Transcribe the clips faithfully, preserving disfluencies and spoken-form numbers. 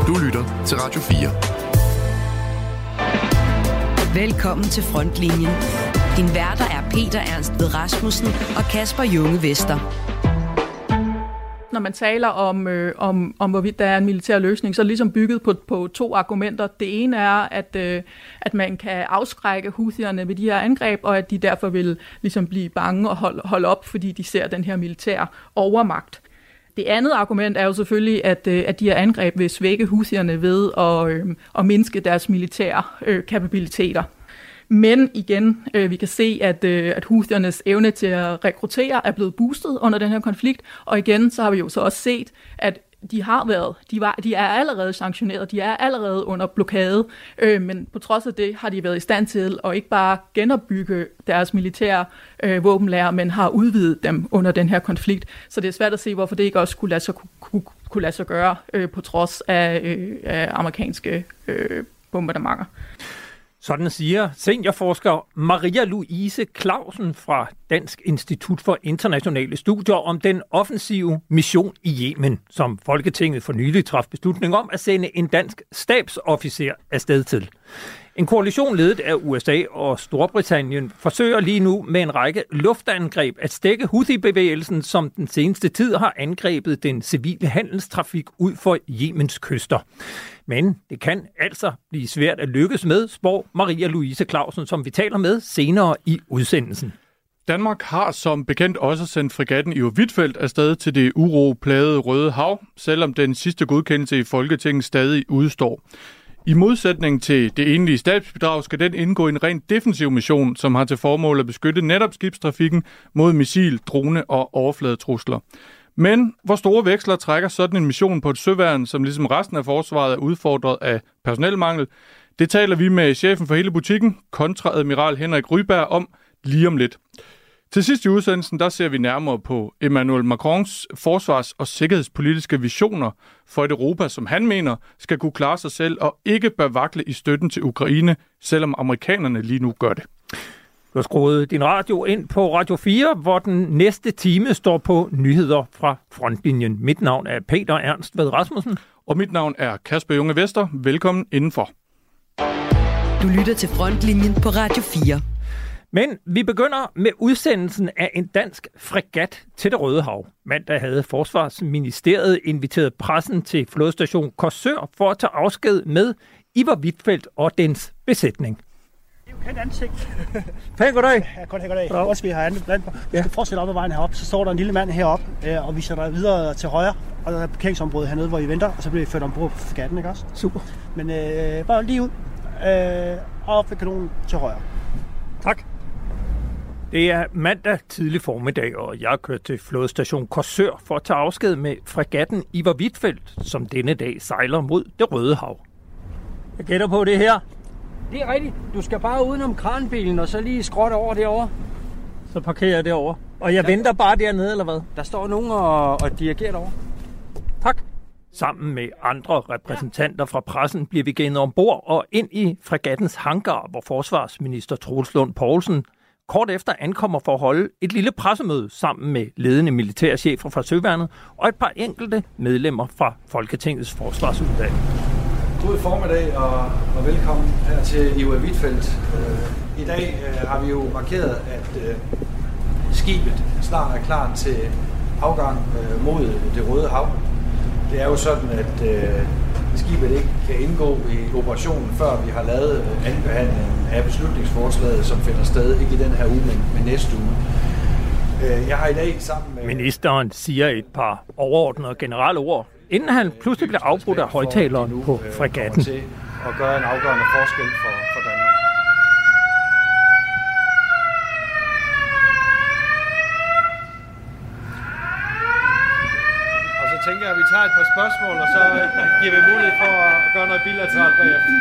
Du lytter til Radio fire. Velkommen til Frontlinjen. Din værter er Peter Ernst Ved Rasmussen og Kasper Junge Vester. Når man taler om, øh, om, om hvorvidt der er en militær løsning, så er det ligesom bygget på, på to argumenter. Det ene er, at, øh, at man kan afskrække houthierne ved de her angreb, og at de derfor vil ligesom blive bange og holde, holde op, fordi de ser den her militære overmagt. Det andet argument er jo selvfølgelig, at, øh, at de her angreb vil svække houthierne ved at, øh, at mindske deres militære øh, kapabiliteter. Men igen, øh, vi kan se, at, øh, at houthiernes evne til at rekruttere er blevet boostet under den her konflikt. Og igen, så har vi jo så også set, at de har været, de, var, de er allerede sanktioneret, de er allerede under blokade. Øh, men på trods af det har de været i stand til at ikke bare genopbygge deres militære øh, våbenlager, men har udvidet dem under den her konflikt. Så det er svært at se, hvorfor det ikke også kunne lade sig, kunne, kunne lade sig gøre øh, på trods af, øh, af amerikanske øh, bombardementer. Sådan siger seniorforsker Maria Louise Clausen fra Dansk Institut for Internationale Studier om den offensive mission i Yemen, som Folketinget for nylig traf beslutning om at sende en dansk stabsofficer afsted til. En koalition ledet af U S A og Storbritannien forsøger lige nu med en række luftangreb at stække Houthi-bevægelsen, som den seneste tid har angrebet den civile handelstrafik ud for Yemens kyster. Men det kan altså blive svært at lykkes med, spår Maria Louise Clausen, som vi taler med senere i udsendelsen. Danmark har som bekendt også sendt fregatten Iver Huitfeldt afsted til det uroplagede Røde Hav, selvom den sidste godkendelse i Folketinget stadig udstår. I modsætning til det enlige stabsbidrag skal den indgå i en rent defensiv mission, som har til formål at beskytte netop skibstrafikken mod missil, drone og overfladetrusler. Men hvor store veksler trækker sådan en mission på et søværn, som ligesom resten af forsvaret er udfordret af personelmangel? Det taler vi med chefen for hele butikken, kontreadmiral Henrik Ryberg, om lige om lidt. Til sidst i udsendelsen, der ser vi nærmere på Emmanuel Macrons forsvars- og sikkerhedspolitiske visioner for et Europa, som han mener skal kunne klare sig selv og ikke bør vakle i støtten til Ukraine, selvom amerikanerne lige nu gør det. Du har skruet din radio ind på Radio fire, hvor den næste time står på nyheder fra Frontlinjen. Mit navn er Peter Ernst Ved Rasmussen. Og mit navn er Kasper Junge Vester. Velkommen indenfor. Du lytter til Frontlinjen på Radio fire. Men vi begynder med udsendelsen af en dansk fregat til det Røde Hav. Mandag havde Forsvarsministeriet inviteret pressen til flådestation Korsør for at tage afsked med Iver Huitfeldt og dens besætning. Det er jo kendt ansigt. Pæn goddag. Ja, godt goddag. Ja. Også vi har andet blandt på. Ja. Fortsæt op ad vejen heroppe, så står der en lille mand heroppe, og vi sætter videre til højre, og der er et parkeringsområde hernede, hvor I venter, og så bliver I ført ombord på fregatten, ikke også? Super. Men øh, bare lige ud, øh, og op ved kanonen til højre. Tak. Det er mandag tidlig formiddag, og jeg kører til flådestation Korsør for at tage afsked med fregatten Iver Huitfeldt, som denne dag sejler mod det Røde Hav. Jeg gætter på det her. Det er rigtigt. Du skal bare udenom kranbilen, og så lige skråt over derovre. Så parkerer jeg derovre. Og jeg der, venter bare dernede, eller hvad? Der står nogen og, og dirigerer derovre. Tak. Sammen med andre repræsentanter fra pressen bliver vi gennet ombord og ind i fregattens hangar, hvor forsvarsminister Troels Lund Poulsen kort efter ankommer for at holde et lille pressemøde sammen med ledende militærchefer fra Søværnet og et par enkelte medlemmer fra Folketingets forsvarsudvalg. God formiddag og, og velkommen her til Iver Huitfeldt. I dag uh, har vi jo markeret, at uh, skibet snart er klar til afgang uh, mod det Røde Hav. Det er jo sådan, at uh, skibet ikke kan indgå i operationen, før vi har lavet uh, andenbehandlingen af beslutningsforslaget, som finder sted ikke i den her uge, men, men næste uge. Uh, jeg har i dag sammen med... Ministeren siger et par overordnede generelle ord, inden han pludselig bliver afbrudt af højtaleren på fregatten. Til at gøre en afgørende forskel for, for Danmark. Og så tænker jeg, at vi tager et par spørgsmål, og så giver vi mulighed for at gøre noget bilateralt bagefter.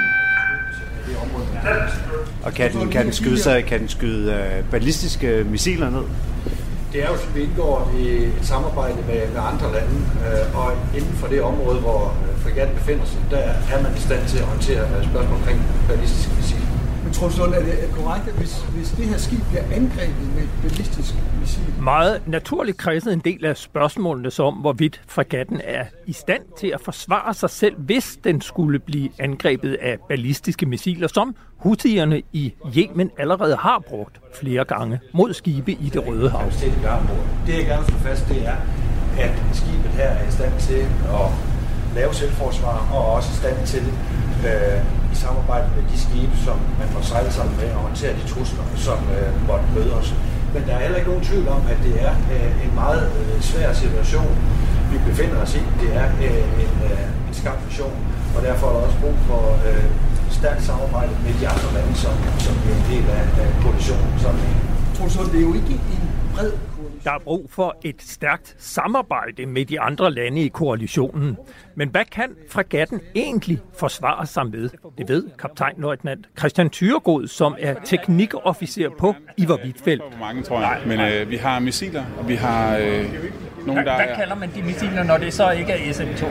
Og kan den, kan den skyde sig, kan den skyde uh, ballistiske missiler ned? Det er jo, at vi indgår i et samarbejde med, med andre lande, øh, og inden for det område, hvor fregatten befinder sig, der er man i stand til at håndtere spørgsmål omkring ballistiske missiler. Men Troels Lund, er det korrekt, at hvis, hvis det her skib bliver angrebet med et ballistisk missil? Meget naturligt kredsede en del af spørgsmålene så om, hvorvidt fregatten er i stand til at forsvare sig selv, hvis den skulle blive angrebet af ballistiske missiler, som Houthierne i Yemen allerede har brugt flere gange mod skibe i Det Røde Hav. Det jeg gerne vil slå fast, det er, at skibet her er i stand til at lave selvforsvar, og også i stand til øh, i samarbejde med de skibe, som man må sejle sammen med, og håndtere de trusler, som øh, måtte møde os. Men der er heller ikke nogen tvivl om, at det er øh, en meget øh, svær situation, vi befinder os i. Det er øh, en, øh, en skarp mission, og derfor er der også brug for øh, stærkt samarbejde med de andre lande, som, som er en del af, af koalitionen. Som, Troels Lund, det er jo ikke en bred. Der er brug for et stærkt samarbejde med de andre lande i koalitionen. Men hvad kan fregatten egentlig forsvare sig med? Det ved kaptajnløjtnant Christian Thyregod, som er teknikofficer på Iver Huitfeldt. Mange, tror jeg. Men øh, vi har missiler, og vi har øh, nogle, der Hvad kalder man de missiler, når det så ikke er S M to?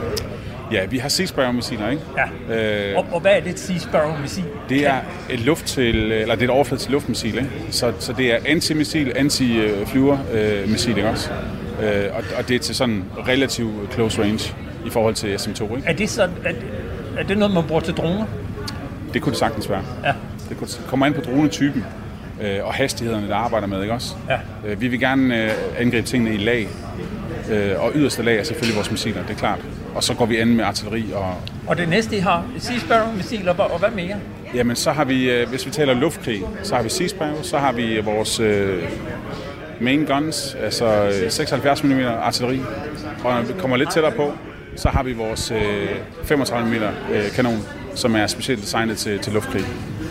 Ja, vi har Sea Sparrow-missiler, ikke? Ja. Øh, og, og hvad er det et Sea Sparrow-missil? Det er et luft til, eller det er et overflade til luftmissil, ikke? Så, så det er anti-missil, anti-flyver-missil, ikke også? Øh, og, og det er til sådan relativt close range i forhold til S M to, ikke? Er det, så, er, er det noget, man bruger til droner? Det kunne det sagtens være. Ja. Det kunne komme ind på dronetypen øh, og hastighederne, der arbejder med, ikke også? Ja. Øh, vi vil gerne øh, angribe tingene i lag, øh, og yderste lag er selvfølgelig vores missiler, det er klart. Og så går vi an med artilleri og... Og det næste, I har Sea Sparrow-missiler, og hvad mere? Jamen, så har vi, hvis vi taler luftkrig, så har vi Sea Sparrow, så har vi vores øh, main guns, altså seksoghalvfjerds millimeter artilleri. Og når vi kommer lidt tættere på, så har vi vores øh, femogtredive millimeter øh, kanon, som er specielt designet til, til luftkrig.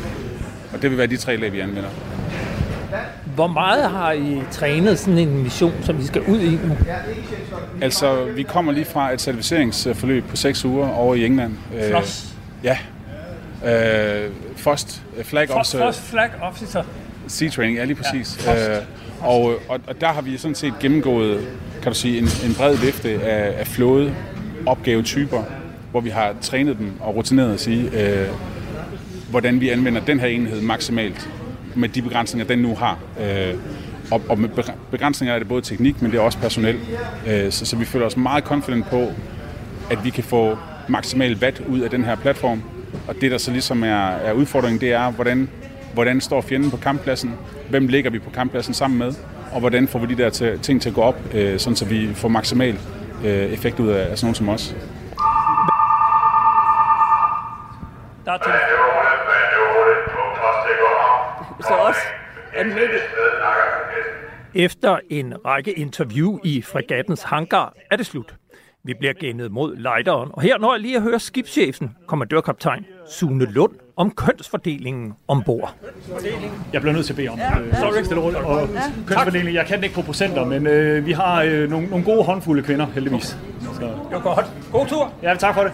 Og det vil være de tre lag, vi anvender. Hvor meget har I trænet sådan en mission, som I skal ud i nu? Altså, vi kommer lige fra et certificeringsforløb på seks uger over i England. Floss? Ja. Øh, First Flag Officer. First Flag Officer. Sea Training, ja, lige præcis. Ja, øh, og, og, og der har vi sådan set gennemgået, kan du sige, en, en bred vifte af, af flåde opgavetyper, hvor vi har trænet dem og rutineret at sige, øh, hvordan vi anvender den her enhed maksimalt med de begrænsninger, den nu har. Øh, og, og med begrænsninger er det både teknik, men det er også personel. Øh, så, så vi føler os meget confident på, at vi kan få maksimal watt ud af den her platform. Og det, der så ligesom er, er udfordringen, det er, hvordan, hvordan står fjenden på kamppladsen? Hvem ligger vi på kamppladsen sammen med? Og hvordan får vi de der til, ting til at gå op, øh, sådan så vi får maksimal øh, effekt ud af, af sådan nogen som os? Der er til. Så også Efter en række interview i fregattens hangar er det slut. Vi bliver gennet mod lejderen, og her når jeg lige at høre skibschefen, kommandørkaptajn Sune Lund, om kønsfordelingen ombord. Jeg bliver nødt til at bede om. Øh, stille rundt. Og kønsfordelingen, jeg kan det ikke på procenter, men øh, vi har øh, nogle, nogle gode håndfulde kvinder, heldigvis. Så. Det var godt. God tur. Ja, tak for det.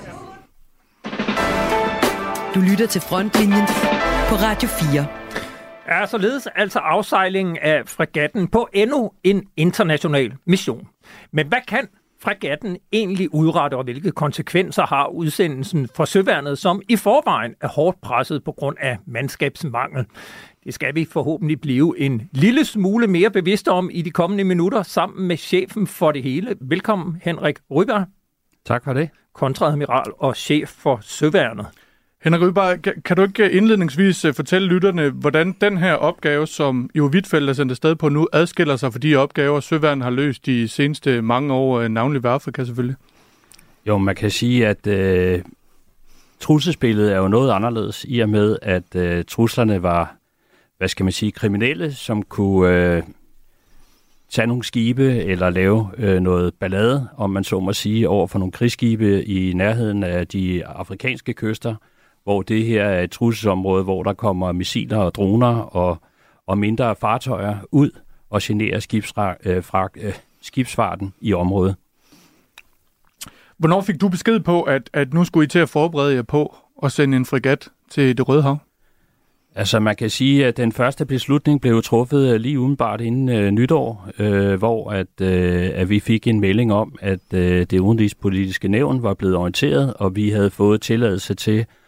Du lytter til Frontlinjen på Radio fire. Er således altså afsejlingen af fregatten på endnu en international mission. Men hvad kan fregatten egentlig udrette, og hvilke konsekvenser har udsendelsen for søværnet, som i forvejen er hårdt presset på grund af mandskabsmangel? Det skal vi forhåbentlig blive en lille smule mere bevidste om i de kommende minutter, sammen med chefen for det hele. Velkommen, Henrik Ryberg. Tak for det. Kontreadmiral og chef for søværnet. Henrik Ryberg, kan du ikke indledningsvis fortælle lytterne, hvordan den her opgave, som Iver Huitfeldt er sendt afsted på nu, adskiller sig fra de opgaver, søværnet har løst de seneste mange år, navnlig ved Afrika selvfølgelig? Jo, man kan sige, at øh, trusselsbilledet er jo noget anderledes, i og med, at øh, truslerne var, hvad skal man sige, kriminelle, som kunne øh, tage nogle skibe eller lave øh, noget ballade, om man så må sige, over for nogle krigsskibe i nærheden af de afrikanske kyster, hvor det her er et trusselsområde, hvor der kommer missiler og droner og, og mindre fartøjer ud og generer skibsfra, øh, fra, øh, skibsfarten i området. Hvornår fik du besked på, at, at nu skulle I til at forberede jer på at sende en fregat til Det Røde Hav? Altså man kan sige, at den første beslutning blev truffet lige umiddelbart inden øh, nytår, øh, hvor at, øh, at vi fik en melding om, at øh, det udenrigspolitiske nævn var blevet orienteret, og vi havde fået tilladelse til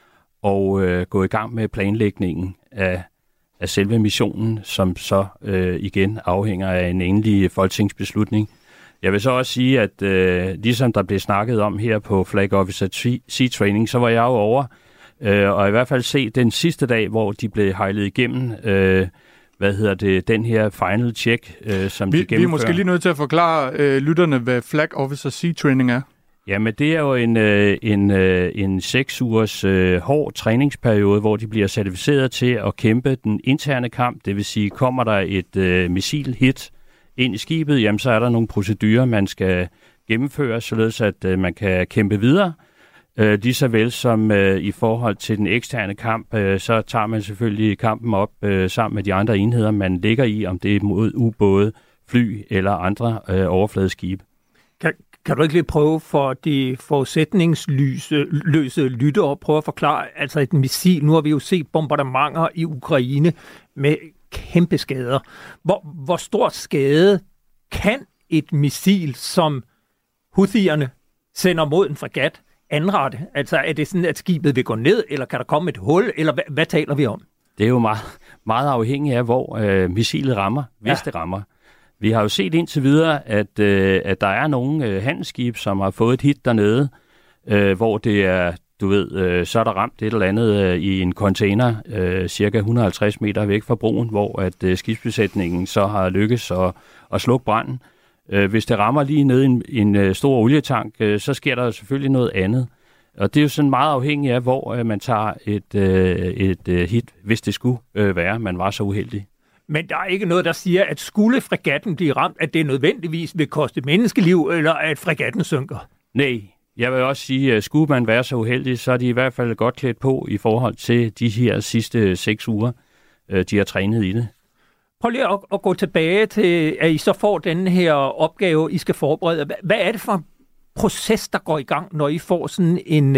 og øh, gå i gang med planlægningen af, af selve missionen, som så øh, igen afhænger af en endelig folketingsbeslutning. Jeg vil så også sige, at øh, ligesom der blev snakket om her på Flag Officer Sea Training, så var jeg jo over, øh, og i hvert fald se den sidste dag, hvor de blev hejlet igennem, øh, hvad hedder det, den her final check, øh, som vi, de gennemfører. Vi er måske lige nødt til at forklare øh, lytterne, hvad Flag Officer Sea Training er. Jamen, det er jo en, øh, en, øh, en seks ugers øh, hård træningsperiode, hvor de bliver certificeret til at kæmpe den interne kamp. Det vil sige, kommer der et øh, missilhit ind i skibet, jamen så er der nogle procedurer, man skal gennemføre, således at øh, man kan kæmpe videre. Øh, lige så vel som øh, i forhold til den eksterne kamp, øh, så tager man selvfølgelig kampen op øh, sammen med de andre enheder, man ligger i, om det er mod ubåde, fly eller andre øh, overfladeskibe. Kan, kan du ikke lige prøve for de forudsætningsløse lyttere at prøve at forklare, altså et missil, nu har vi jo set bombardementer i Ukraine med kæmpe skader. Hvor, hvor stor skade kan et missil, som Houthierne sender mod en fregat, anrette? Altså er det sådan, at skibet vil gå ned, eller kan der komme et hul, eller hvad, hvad taler vi om? Det er jo meget, meget afhængigt af, hvor øh, missilet rammer, hvis ja. det rammer. Vi har jo set indtil videre, at, øh, at der er nogle øh, handelsskib, som har fået et hit dernede, øh, hvor det er, du ved, øh, så er der ramt et eller andet øh, i en container, øh, cirka et hundrede og halvtreds meter væk fra broen, hvor at øh, skibsbesætningen så har lykkes at, at slukke branden. Øh, hvis det rammer lige ned i en, en øh, stor olietank, øh, så sker der selvfølgelig noget andet. Og det er jo sådan meget afhængigt af, hvor øh, man tager et, øh, et øh, hit, hvis det skulle øh, være, man var så uheldig. Men der er ikke noget, der siger, at skulle fregatten blive ramt, at det nødvendigvis vil koste menneskeliv, eller at fregatten synker? Nej, jeg vil også sige, at skulle man være så uheldig, så er de i hvert fald godt klædt på i forhold til de her sidste seks uger, de har trænet i det. Prøv lige at, at gå tilbage til, at I så får den her opgave, I skal forberede. Hvad er det for en proces, der går i gang, når I får sådan en,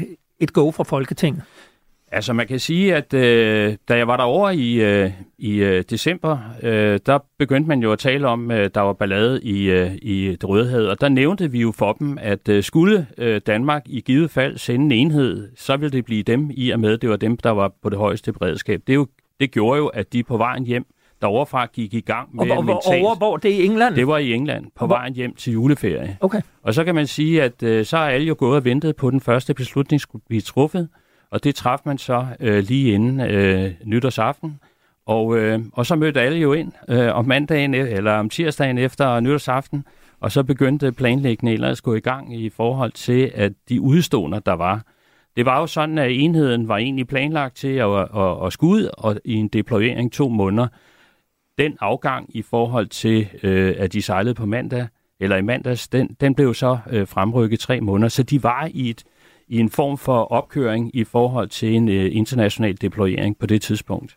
et go fra Folketinget? Altså man kan sige, at øh, da jeg var derovre i, øh, i øh, december, øh, der begyndte man jo at tale om, at øh, der var ballade i, øh, i det Rødehavet, og der nævnte vi jo for dem, at øh, skulle øh, Danmark i givet fald sende en enhed, så ville det blive dem i og med, det var dem, der var på det højeste beredskab. Det, jo, det gjorde jo, at de på vejen hjem deroverfra gik i gang med og hvor, mentalt. Over, hvor det er i England? Det var i England, på hvor? vejen hjem til juleferie. Okay. Og så kan man sige, at øh, så er alle jo gået og ventet på, den første beslutning skulle blive truffet. Og det traf man så øh, lige inden øh, nytårsaften. Og, øh, og så mødte alle jo ind øh, om mandagen eller om tirsdagen efter nytårsaften. Og så begyndte planlæggende ellers at gå i gang i forhold til, at de udstående, der var. Det var jo sådan, at enheden var egentlig planlagt til at, at, at, at skulle ud og i en deployering to måneder. Den afgang i forhold til, øh, at de sejlede på mandag, eller i mandags, den, den blev så øh, fremrykket tre måneder. Så de var i et i en form for opkøring i forhold til en øh, international deployering på det tidspunkt.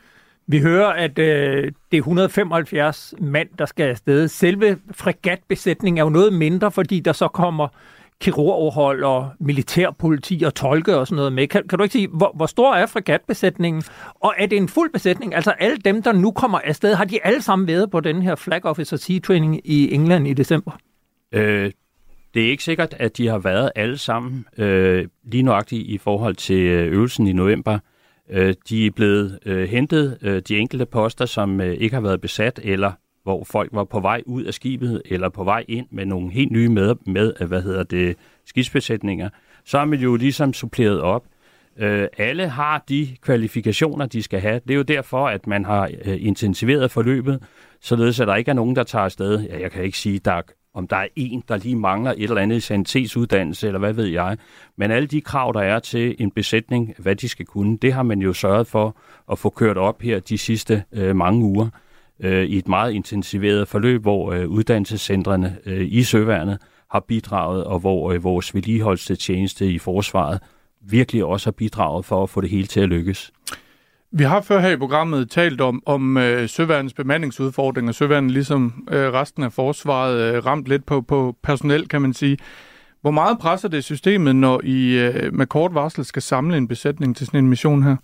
Vi hører, at øh, det er et hundrede og femoghalvfjerds mand, der skal afsted. Selve fregatbesætningen er jo noget mindre, fordi der så kommer kirurghold og militærpoliti og tolke og sådan noget med. Kan, kan du ikke sige, hvor, hvor stor er fregatbesætningen? Og er det en fuld besætning? Altså alle dem, der nu kommer afsted, har de alle sammen været på den her Flag Officer Sea Training i England i december? Øh, Det er ikke sikkert, at de har været alle sammen øh, lige nøjagtigt i forhold til øvelsen i november. Øh, de er blevet øh, hentet, øh, de enkelte poster, som øh, ikke har været besat, eller hvor folk var på vej ud af skibet, eller på vej ind med nogle helt nye med, med hvad hedder det, skibsbesætninger. Så er man jo ligesom suppleret op. Øh, alle har de kvalifikationer, de skal have. Det er jo derfor, at man har øh, intensiveret forløbet, således at der ikke er nogen, der tager afsted. Ja, jeg kan ikke sige, der er om der er en, der lige mangler et eller andet i sanitetsuddannelse, eller hvad ved jeg. Men alle de krav, der er til en besætning, hvad de skal kunne, det har man jo sørget for at få kørt op her de sidste øh, mange uger øh, i et meget intensiveret forløb, hvor øh, uddannelsescentrene øh, i Søværnet har bidraget, og hvor øh, vores vedligeholdelsestjeneste i forsvaret virkelig også har bidraget for at få det hele til at lykkes. Vi har før her i programmet talt om, om øh, Søværnets bemandingsudfordringer. Søværnet, ligesom øh, resten af forsvaret, øh, ramt lidt på, på personel, kan man sige. Hvor meget presser det systemet, når I øh, med kort varsel skal samle en besætning til sådan en mission her?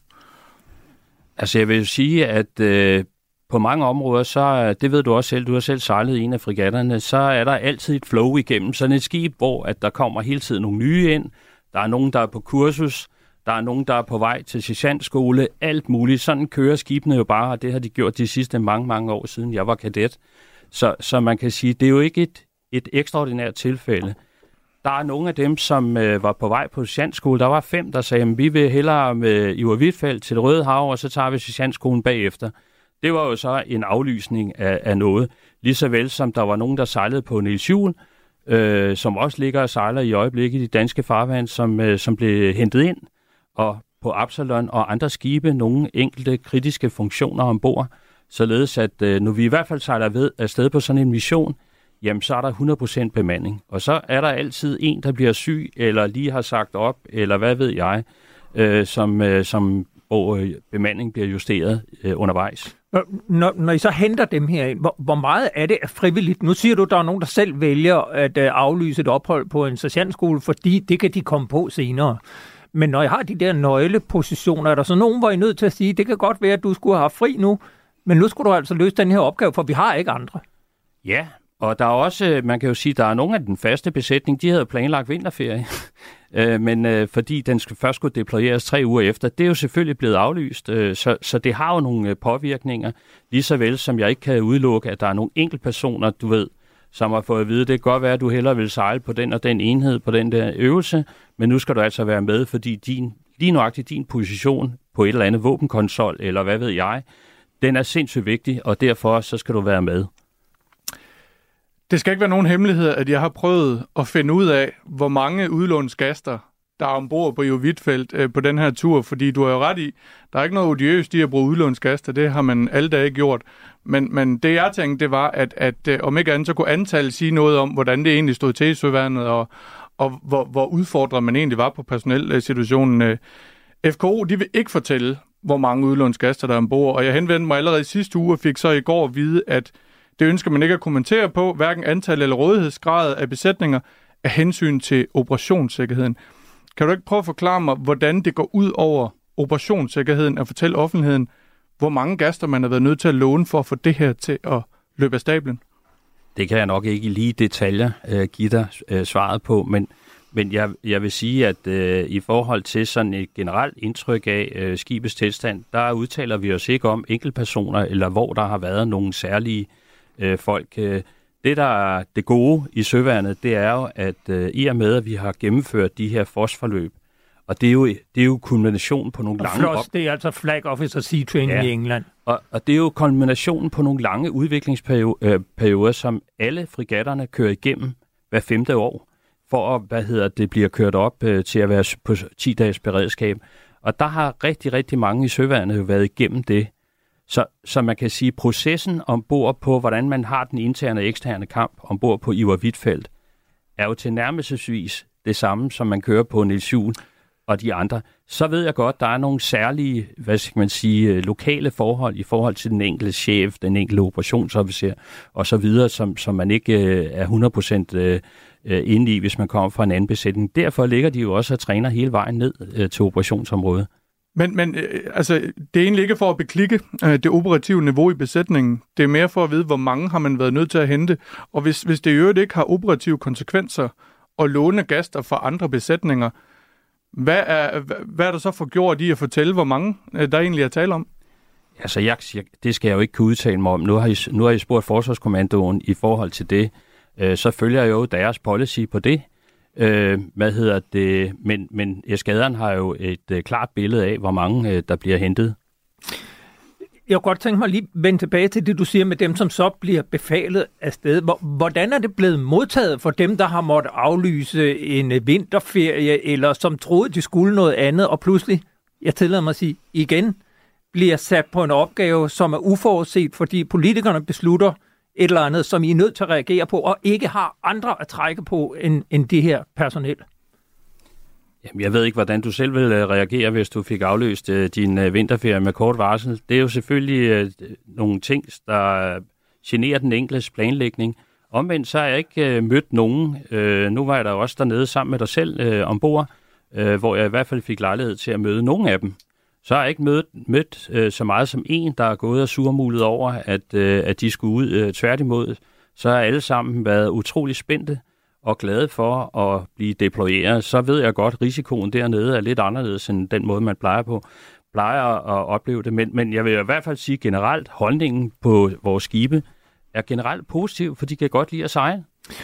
Altså jeg vil sige, at øh, på mange områder, så det ved du også selv, du har selv sejlet en af fregatterne, så er der altid et flow igennem sådan et skib, hvor at der kommer hele tiden nogle nye ind. Der er nogen, der er på kursus. Der er nogen, der er på vej til sergeantskole, alt muligt. Sådan kører skibene jo bare, og det har de gjort de sidste mange, mange år siden jeg var kadet. Så, så man kan sige, det er jo ikke et, et ekstraordinært tilfælde. Der er nogle af dem, som øh, var på vej på sergeantskole. Der var fem, der sagde, at vi vil hellere med Iver Huitfeldt til det Røde Hav, og så tager vi sergeantskolen bagefter. Det var jo så en aflysning af, af noget. Lige så vel som der var nogen, der sejlede på Niels Juel, øh, som også ligger og sejler i øjeblikket i de danske farvand, som, øh, som blev hentet ind, og på Absalon og andre skibe nogle enkelte kritiske funktioner ombord, således at øh, når vi i hvert fald sejler ved afsted på sådan en mission, jamen så er der hundrede procent bemanding. Og så er der altid en, der bliver syg, eller lige har sagt op, eller hvad ved jeg, øh, som, øh, som hvor bemanding bliver justeret øh, undervejs. Når, når I så henter dem her ind, hvor, hvor meget er det frivilligt? Nu siger du, at der er nogen, der selv vælger at øh, aflyse et ophold på en sergeantskole, fordi det kan de komme på senere. Men når I har de der nøglepositioner, er der så nogen, hvor I er nødt til at sige, det kan godt være, at du skulle have fri nu, men nu skulle du altså løse den her opgave, for vi har ikke andre. Ja, og der er også, man kan jo sige, der er nogle af den faste besætning, de havde planlagt vinterferie, men øh, fordi den først skulle deployeres tre uger efter, det er jo selvfølgelig blevet aflyst, øh, så, så det har jo nogle påvirkninger, lige så vel som jeg ikke kan udelukke, at der er nogle enkelte personer, du ved, som har fået at vide, det kan godt være, at du hellere vil sejle på den og den enhed, på den der øvelse, men nu skal du altså være med, fordi din, lige nøjagtigt din position på et eller andet våbenkonsol, eller hvad ved jeg, den er sindssygt vigtig, og derfor så skal du være med. Det skal ikke være nogen hemmelighed, at jeg har prøvet at finde ud af, hvor mange udlånsgaster, der er ombord på Iver Huitfeldt øh, på den her tur, fordi du er jo ret i, der er ikke noget odiøst i at bruge udlånsgaster, det har man alle dage gjort. Men, men det jeg tænkte, det var, at, at øh, om ikke andet, så kunne antallet sige noget om, hvordan det egentlig stod til i søværnet, og, og hvor, hvor udfordret man egentlig var på personelsituationen. F K O, de vil ikke fortælle, hvor mange udlånsgaster der er ombord, og jeg henvendte mig allerede i sidste uge og fik så i går at vide, at det ønsker man ikke at kommentere på, hverken antal eller rådighedsgrad af besætninger af hensyn til operationssikkerheden. Kan du ikke prøve at forklare mig, hvordan det går ud over operationssikkerheden og fortælle offentligheden, hvor mange gaster man har været nødt til at låne for at få det her til at løbe af stablen? Det kan jeg nok ikke lige i detaljer uh, give dig uh, svaret på, men, men jeg, jeg vil sige, at uh, i forhold til sådan et generelt indtryk af uh, skibets tilstand, der udtaler vi os ikke om enkeltpersoner, eller hvor der har været nogle særlige uh, folk. Uh, det, der er det gode i søværnet, det er jo, at uh, i og med, at vi har gennemført de her forsforløb, og det er jo, det er jo kulminationen på nogle og lange... Floss, op... det er altså Flag Officer Sea Training ja. i England. Og, og det er jo kulminationen på nogle lange udviklingsperioder, som alle frigatterne kører igennem hver femte år, for at, hvad hedder det, bliver kørt op øh, til at være på ti dages beredskab. Og der har rigtig, rigtig mange i søværnet jo været igennem det. Så, så man kan sige, processen ombord på, hvordan man har den interne og eksterne kamp ombord på Iver Huitfeldt, er jo tilnærmelsesvis det samme, som man kører på Niels Juel og de andre. Så ved jeg godt, der er nogle særlige, hvad skal man sige, lokale forhold i forhold til den enkelte chef, den enkelte operationsofficer og så videre, som, som man ikke øh, er hundrede procent øh, inde i, hvis man kommer fra en anden besætning. Derfor ligger de jo også og træner hele vejen ned øh, til operationsområdet. Men, men øh, altså, det er egentlig ikke for at beklikke øh, det operative niveau i besætningen. Det er mere for at vide, hvor mange har man været nødt til at hente. Og hvis, hvis det i øvrigt ikke har operative konsekvenser at låne gaster fra andre besætninger, Hvad er, hvad er der så for gjort i at fortælle, hvor mange der egentlig er tale om? Altså, jeg, jeg, det skal jeg jo ikke kunne udtale mig om. Nu har I, nu har I spurgt Forsvarskommandoen i forhold til det. Øh, så følger jeg jo deres policy på det. Øh, hvad hedder det? Men, men eskadren har jo et øh, klart billede af, hvor mange øh, der bliver hentet. Jeg kunne godt tænke mig lige at vende tilbage til det, du siger med dem, som så bliver befalet afsted. Hvordan er det blevet modtaget for dem, der har måttet aflyse en vinterferie, eller som troede, de skulle noget andet, og pludselig, jeg tillader mig at sige, igen bliver sat på en opgave, som er uforudset, fordi politikerne beslutter et eller andet, som I er nødt til at reagere på, og ikke har andre at trække på end, end de her personel? Jamen, jeg ved ikke, hvordan du selv ville reagere, hvis du fik afløst uh, din uh, vinterferie med kort varsel. Det er jo selvfølgelig uh, nogle ting, der generer den enkeltes planlægning. Omvendt så har jeg ikke uh, mødt nogen. Uh, nu var jeg der også dernede sammen med dig selv uh, ombord, uh, hvor jeg i hvert fald fik lejlighed til at møde nogen af dem. Så har jeg ikke mødt, mødt uh, så meget som en, der er gået og surmulet over, at, uh, at de skulle ud. Uh, tværtimod, så har alle sammen været utrolig spændte og glade for at blive deployeret, så ved jeg godt, at risikoen dernede er lidt anderledes end den måde, man plejer på plejer at opleve det. Men, men jeg vil i hvert fald sige generelt, holdningen på vores skibe er generelt positiv, for de kan godt lide at sejle.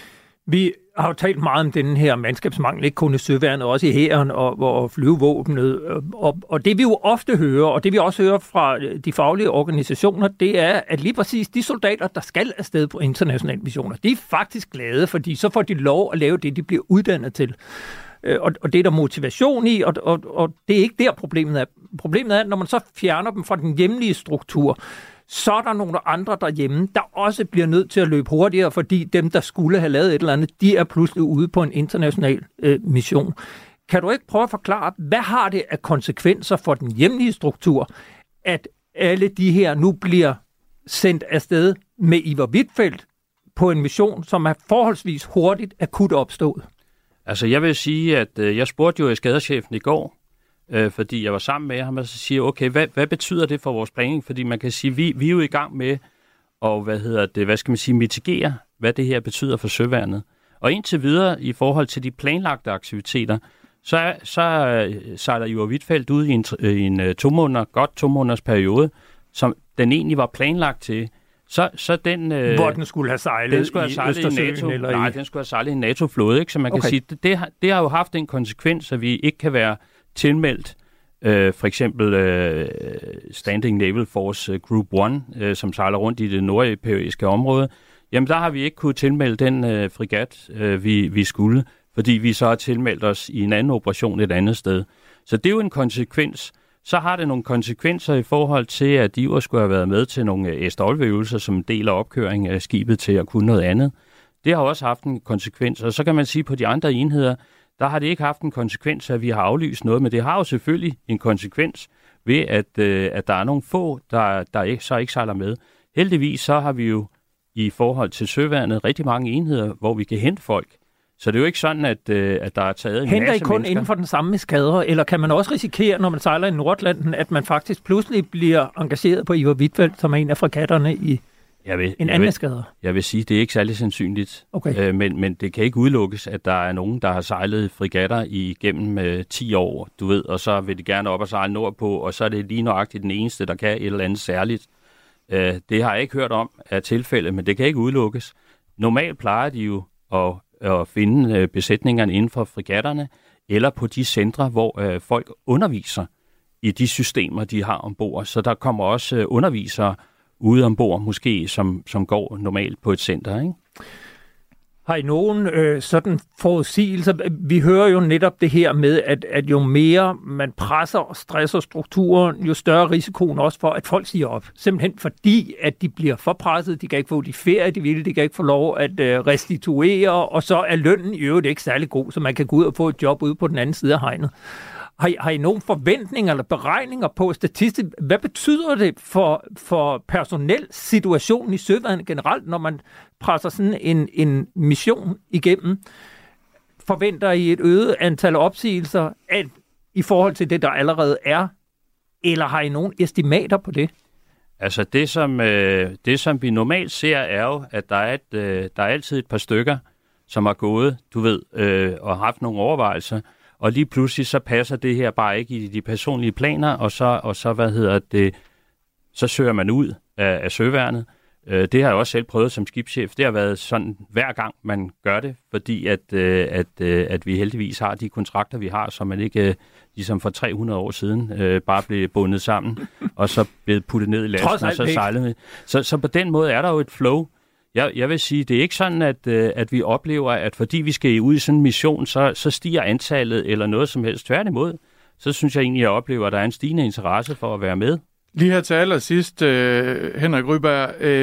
Vi har jo talt meget om den her mandskabsmangel, ikke kun i søværnet, også i hæren og, og flyvevåbnet. Og, og det vi jo ofte hører, og det vi også hører fra de faglige organisationer, det er, at lige præcis de soldater, der skal afsted på internationale missioner, de er faktisk glade, fordi så får de lov at lave det, de bliver uddannet til. Og, og det er der motivation i, og, og, og det er ikke der problemet er. Problemet er, at når man så fjerner dem fra den hjemlige struktur, så er der nogle andre derhjemme, der også bliver nødt til at løbe hurtigere, fordi dem, der skulle have lavet et eller andet, de er pludselig ude på en international øh, mission. Kan du ikke prøve at forklare, hvad har det af konsekvenser for den hjemlige struktur, at alle de her nu bliver sendt afsted med Iver Huitfeldt på en mission, som er forholdsvis hurtigt akut opstået? Altså, jeg vil sige, at øh, jeg spurgte jo eskaderchefen i går, øh, fordi jeg var sammen med ham, og så siger okay, hvad, hvad betyder det for vores planning? Fordi man kan sige, vi, vi er jo i gang med at, hvad hedder det, hvad skal man sige, mitigere, hvad det her betyder for søværnet. Og indtil videre, i forhold til de planlagte aktiviteter, så, så sejler Iver Huitfeldt ud i en, i en to måneder, godt to måneders periode, som den egentlig var planlagt til. Så, så den, øh, Hvor den skulle have sejlet, den skulle have sejlet i Østersøen? NATO, eller nej, i... den skulle have sejlet i en NATO-flåde, ikke? Så man okay. kan sige, det, det, har, det har jo haft en konsekvens, at vi ikke kan være tilmeldt øh, for eksempel øh, Standing Naval Force Group et, øh, som sejler rundt i det nordeuropæiske område. Jamen der har vi ikke kunnet tilmelde den øh, frigat, øh, vi, vi skulle, fordi vi så har tilmeldt os i en anden operation et andet sted. Så det er jo en konsekvens. Så har det nogle konsekvenser i forhold til, at Iver skulle have været med til nogle S-øvelser som en del af opkøringen af skibet til at kunne noget andet. Det har også haft en konsekvens, og så kan man sige, at på de andre enheder, der har det ikke haft en konsekvens, at vi har aflyst noget, men det har jo selvfølgelig en konsekvens ved, at, øh, at der er nogle få, der, der ikke, så ikke sejler med. Heldigvis så har vi jo i forhold til søværnet rigtig mange enheder, hvor vi kan hente folk. Så det er jo ikke sådan, at, øh, at der er taget en Henter masse I kun mennesker. inden for den samme eskadre, eller kan man også risikere, når man sejler i Nordatlanten, at man faktisk pludselig bliver engageret på Iver Huitfeldt, som er en af fregatterne i jeg vil, en jeg anden vil, eskadre? Jeg vil sige, at det er ikke særlig sandsynligt. Okay. Øh, men, men det kan ikke udelukkes, at der er nogen, der har sejlet fregatter igennem øh, ti år, du ved, og så vil de gerne op og sejle nordpå, og så er det lige nøjagtigt den eneste, der kan et eller andet særligt. Øh, det har jeg ikke hørt om af tilfælde, men det kan ikke udelukkes. Normalt plejer de jo at at finde øh, besætningerne inden for fregatterne, eller på de centre, hvor øh, folk underviser i de systemer, de har ombord. Så der kommer også øh, undervisere ude ombord, måske, som, som går normalt på et center, ikke? Har I nogen øh, sådan forudsigelser? Vi hører jo netop det her med, at, at jo mere man presser og stresser strukturen, jo større risikoen også for, at folk siger op. Simpelthen fordi, at de bliver for presset, de kan ikke få de ferie, de vil, de kan ikke få lov at øh, restituere, og så er lønnen i øvrigt ikke særlig god, så man kan gå ud og få et job ude på den anden side af hegnet. Har I, har I nogen forventninger eller beregninger på statistik? Hvad betyder det for, for personel situationen i søværnet generelt, når man presser sådan en, en mission igennem? Forventer I et øget antal opsigelser at, i forhold til det, der allerede er? Eller har I nogen estimater på det? Altså det, som, øh, det, som vi normalt ser, er jo, at der er, et, øh, der er altid et par stykker, som har gået, du ved, øh, og haft nogle overvejelser. Og lige pludselig så passer det her bare ikke i de personlige planer, og så, og så hvad hedder det, så søger man ud af, af søværnet. Øh, det har jeg også selv prøvet som skibschef. Det har været sådan hver gang, man gør det, fordi at, øh, at, øh, at vi heldigvis har de kontrakter, vi har, så man ikke øh, ligesom for tre hundrede år siden øh, bare blev bundet sammen, og så blev puttet ned i lasten, og så sejlet med. Så, så på den måde er der jo et flow. Jeg, jeg vil sige, det er ikke sådan, at, at vi oplever, at fordi vi skal ud i sådan en mission, så, så stiger antallet eller noget som helst. Tværtimod, så synes jeg egentlig, at jeg oplever, at der er en stigende interesse for at være med. Lige her til allersidst, øh, Henrik Ryberg, øh,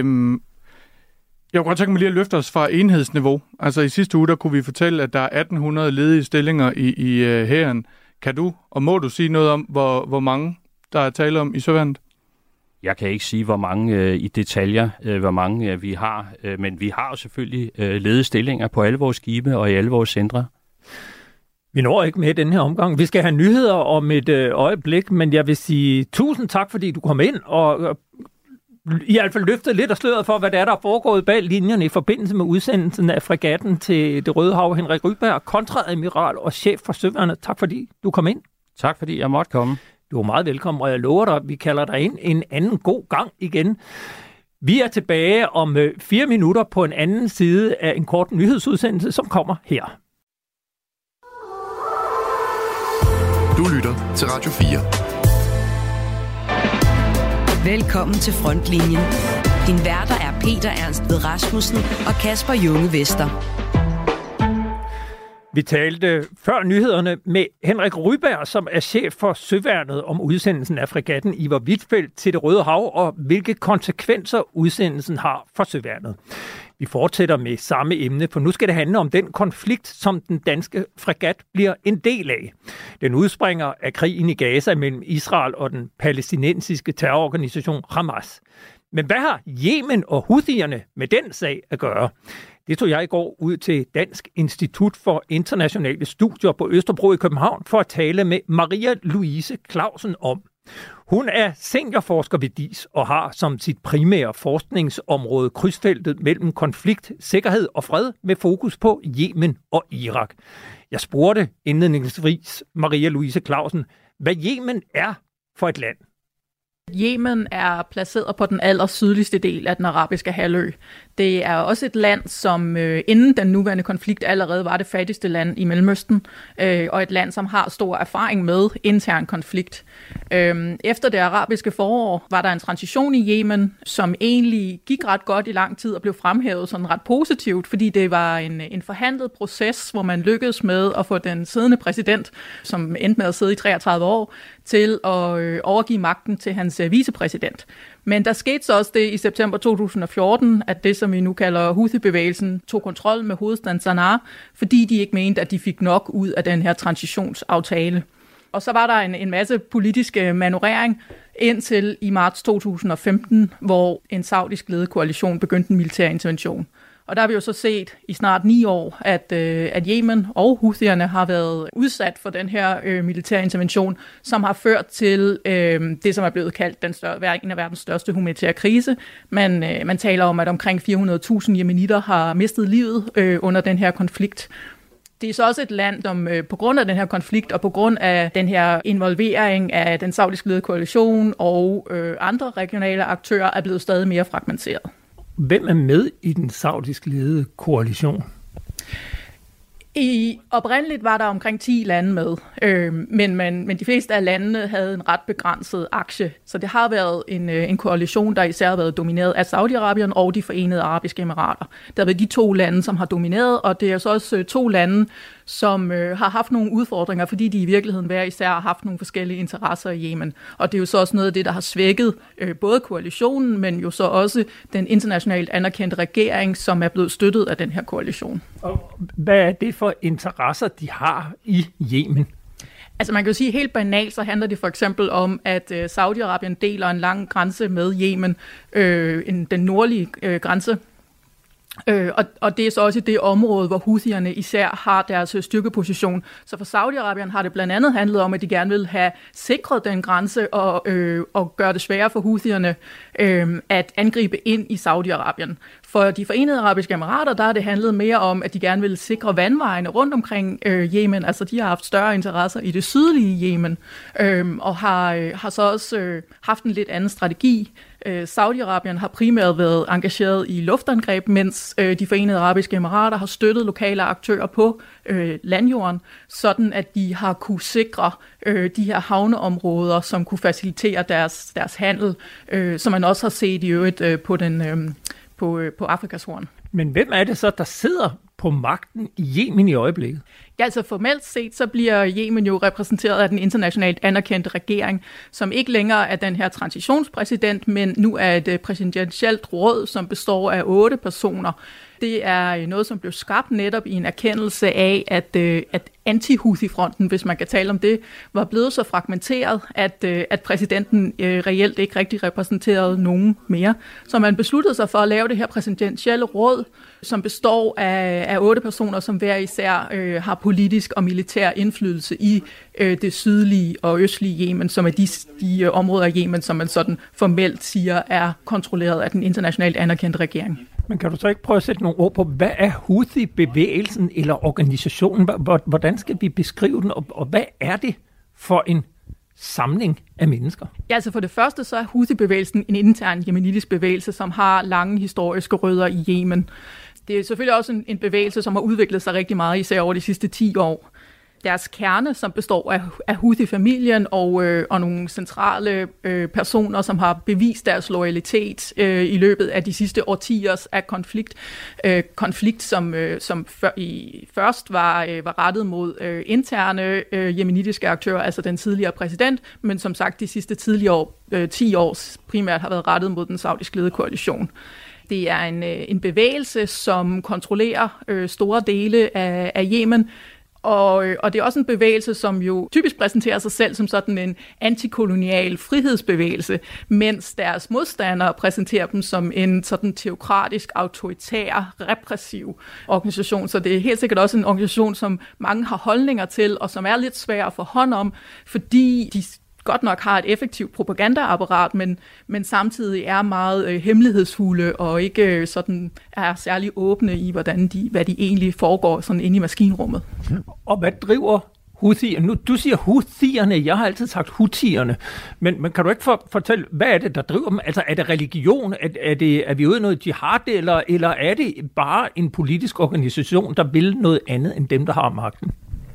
jeg kunne godt tænke mig lige at løfte os fra enhedsniveau. Altså i sidste uge, der kunne vi fortælle, at der er atten hundrede ledige stillinger i, i uh, hæren. Kan du, og må du sige noget om, hvor, hvor mange der er tale om i søværnet? Jeg kan ikke sige, hvor mange øh, i detaljer, øh, hvor mange øh, vi har, øh, men vi har jo selvfølgelig øh, ledige stillinger på alle vores skibe og i alle vores centre. Vi når ikke med i den her omgang. Vi skal have nyheder om et øh, øjeblik, men jeg vil sige tusind tak, fordi du kom ind og øh, i hvert fald løftet lidt af sløret for, hvad der er, der er foregået bag linjerne i forbindelse med udsendelsen af fregatten til Det Røde Hav. Henrik Ryberg, kontreadmiral og chef for Søværnet. Tak fordi du kom ind. Tak fordi jeg måtte komme. Du er meget velkommen, og jeg lover dig, at vi kalder dig ind en anden god gang igen. Vi er tilbage om øh, fire minutter på en anden side af en kort nyhedsudsendelse, som kommer her. Du lytter til Radio fire. Velkommen til Frontlinjen. Din værter er Peter Ernst Ved Rasmussen og Kasper Junge Vester. Vi talte før nyhederne med Henrik Ryberg, som er chef for Søværnet, om udsendelsen af fregatten Iver Huitfeldt til Det Røde Hav, og hvilke konsekvenser udsendelsen har for Søværnet. Vi fortsætter med samme emne, for nu skal det handle om den konflikt, som den danske fregat bliver en del af. Den udspringer af krigen i Gaza mellem Israel og den palæstinensiske terrororganisation Hamas. Men hvad har Yemen og Houthierne med den sag at gøre? Det tog jeg i går ud til Dansk Institut for Internationale Studier på Østerbro i København for at tale med Maria Louise Clausen om. Hun er seniorforsker ved D I S og har som sit primære forskningsområde krydsfeltet mellem konflikt, sikkerhed og fred med fokus på Yemen og Irak. Jeg spurgte indledningsvis Maria Louise Clausen, hvad Yemen er for et land. Yemen er placeret på den allersydligste del af den arabiske halvø. Det er også et land, som øh, inden den nuværende konflikt allerede var det fattigste land i Mellemøsten, øh, og et land, som har stor erfaring med intern konflikt. Øh, efter det arabiske forår var der en transition i Yemen, som egentlig gik ret godt i lang tid og blev fremhævet sådan ret positivt, fordi det var en, en forhandlet proces, hvor man lykkedes med at få den siddende præsident, som endte med at sidde i treogtredive år, til at øh, overgive magten til hans øh, vicepræsident. Men der skete så også det i september to tusind og fjorten, at det, som vi nu kalder Houthi-bevægelsen, tog kontrol med hovedstaden Sanaa, fordi de ikke mente, at de fik nok ud af den her transitionsaftale. Og så var der en, en masse politiske manøvrering indtil i marts to tusind og femten, hvor en saudisk ledet koalition begyndte en militær intervention. Og der har vi jo så set i snart ni år, at, øh, at Yemen og Houthierne har været udsat for den her øh, militære intervention, som har ført til øh, det, som er blevet kaldt den større, en af verdens største humanitære krise. Man, øh, man taler om, at omkring fire hundrede tusind yemenitter har mistet livet øh, under den her konflikt. Det er så også et land, som øh, på grund af den her konflikt og på grund af den her involvering af den saudisk ledede koalition og øh, andre regionale aktører er blevet stadig mere fragmenteret. Hvem er med i den saudisk ledede koalition? I oprindeligt var der omkring ti lande med, øh, men, men, men de fleste af landene havde en ret begrænset aktie. Så det har været en, en koalition, der især har været domineret af Saudi-Arabien og de Forenede Arabiske Emirater. Der har været de to lande, som har domineret, og det er så også to lande, som øh, har haft nogle udfordringer, fordi de i virkeligheden hver især har haft nogle forskellige interesser i Yemen. Og det er jo så også noget af det, der har svækket øh, både koalitionen, men jo så også den internationalt anerkendte regering, som er blevet støttet af den her koalition. Og hvad er det for interesser, de har i Yemen? Altså man kan jo sige helt banalt, så handler det for eksempel om, at øh, Saudi-Arabien deler en lang grænse med Yemen, øh, en, den nordlige øh, grænse. Øh, og, og det er så også i det område, hvor Houthierne især har deres styrkeposition. Så for Saudi-Arabien har det blandt andet handlet om, at de gerne vil have sikret den grænse og, øh, og gøre det sværere for Houthierne øh, at angribe ind i Saudi-Arabien. For de Forenede Arabiske Emirater, der har det handlet mere om, at de gerne vil sikre vandvejene rundt omkring øh, Yemen. Altså de har haft større interesser i det sydlige Yemen, øh, og har, øh, har så også øh, haft en lidt anden strategi. Øh, Saudi-Arabien har primært været engageret i luftangreb, mens øh, de Forenede Arabiske Emirater har støttet lokale aktører på øh, landjorden, sådan at de har kunne sikre øh, de her havneområder, som kunne facilitere deres, deres handel, øh, som man også har set i øvrigt øh, på, den, øh, på, øh, på Afrikas Horn. Men hvem er det så, der sidder på magten i Yemen i øjeblikket? Ja, altså formelt set, så bliver Yemen jo repræsenteret af den internationalt anerkendte regering, som ikke længere er den her transitionspræsident, men nu er et præsidentielt råd, som består af otte personer. Det er noget, som blev skabt netop i en erkendelse af, at, at anti-Houthi-fronten, hvis man kan tale om det, var blevet så fragmenteret, at, at præsidenten reelt ikke rigtig repræsenterede nogen mere. Så man besluttede sig for at lave det her præsidentielle råd, som består af, af otte personer, som hver især øh, har politisk og militær indflydelse i øh, det sydlige og østlige Yemen, som er de, de øh, områder af Yemen, som man sådan formelt siger er kontrolleret af den internationalt anerkendte regering. Men kan du så ikke prøve at sætte nogle ord på, hvad er Houthi-bevægelsen eller organisationen? Hvordan skal vi beskrive den, og hvad er det for en samling af mennesker? Ja, altså for det første så er Houthi-bevægelsen en intern jemenitisk bevægelse, som har lange historiske rødder i Yemen. Det er selvfølgelig også en, en bevægelse, som har udviklet sig rigtig meget, især over de sidste ti år. Deres kerne, som består af, af Houthi-familien og, øh, og nogle centrale øh, personer, som har bevist deres loyalitet øh, i løbet af de sidste årtiers af konflikt. Øh, konflikt, som, øh, som før, i, først var, øh, var rettet mod øh, interne øh, jemenitiske aktører, altså den tidligere præsident, men som sagt de sidste tidligere år, øh, ti år primært har været rettet mod den saudisk ledede koalition. Det er en, øh, en bevægelse, som kontrollerer øh, store dele af, af Yemen. Og, og det er også en bevægelse, som jo typisk præsenterer sig selv som sådan en antikolonial frihedsbevægelse, mens deres modstandere præsenterer dem som en sådan teokratisk, autoritær, repressiv organisation. Så det er helt sikkert også en organisation, som mange har holdninger til, og som er lidt svær at få hånd om, fordi de godt nok har et effektivt propagandaapparat, men, men samtidig er meget øh, hemmelighedsfulde og ikke øh, sådan er særlig åbne i, hvordan de, hvad de egentlig foregår sådan inde i maskinrummet. Og hvad driver Houthierne? Nu, du siger Houthierne, jeg har altid sagt Houthierne, men, men kan du ikke for, fortælle, hvad er det, der driver dem? Altså er det religion? Er, er, det, er vi ude i noget jihad, eller, eller er det bare en politisk organisation, der vil noget andet end dem, der har magten?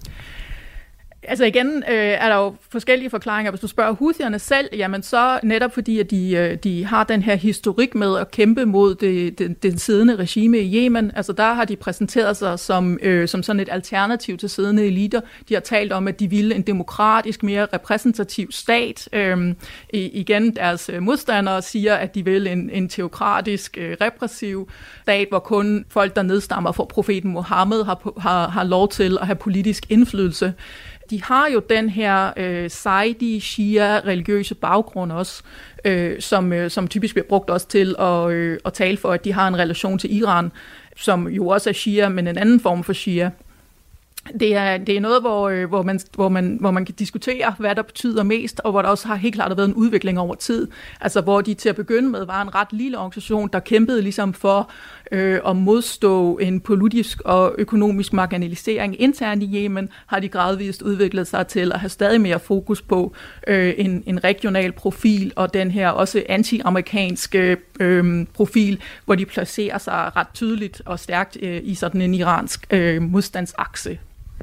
Altså igen øh, er der jo forskellige forklaringer. Hvis du spørger Houthierne selv, jamen så netop fordi, at de, de har den her historik med at kæmpe mod det, det, det siddende regime i Yemen. Altså der har de præsenteret sig som, øh, som sådan et alternativ til siddende eliter. De har talt om, at de ville en demokratisk, mere repræsentativ stat. Øh, igen, deres modstandere siger, at de vil en, en teokratisk, øh, repressiv stat, hvor kun folk, der nedstammer fra profeten Mohammed, har, har, har lov til at have politisk indflydelse. De har jo den her øh, Saidi Shia-religiøse baggrund også, øh, som, øh, som typisk bliver brugt også til at, øh, at tale for, at de har en relation til Iran, som jo også er Shia, men en anden form for Shia. Det er, det er noget, hvor, øh, hvor, man, hvor, man, hvor man kan diskutere, hvad der betyder mest, og hvor der også har helt klart været en udvikling over tid. Altså hvor de til at begynde med var en ret lille organisation, der kæmpede ligesom for øh, at modstå en politisk og økonomisk marginalisering internt i Yemen, har de gradvist udviklet sig til at have stadig mere fokus på øh, en, en regional profil, og den her også anti-amerikanske øh, profil, hvor de placerer sig ret tydeligt og stærkt øh, i sådan en iransk øh, modstandsakse.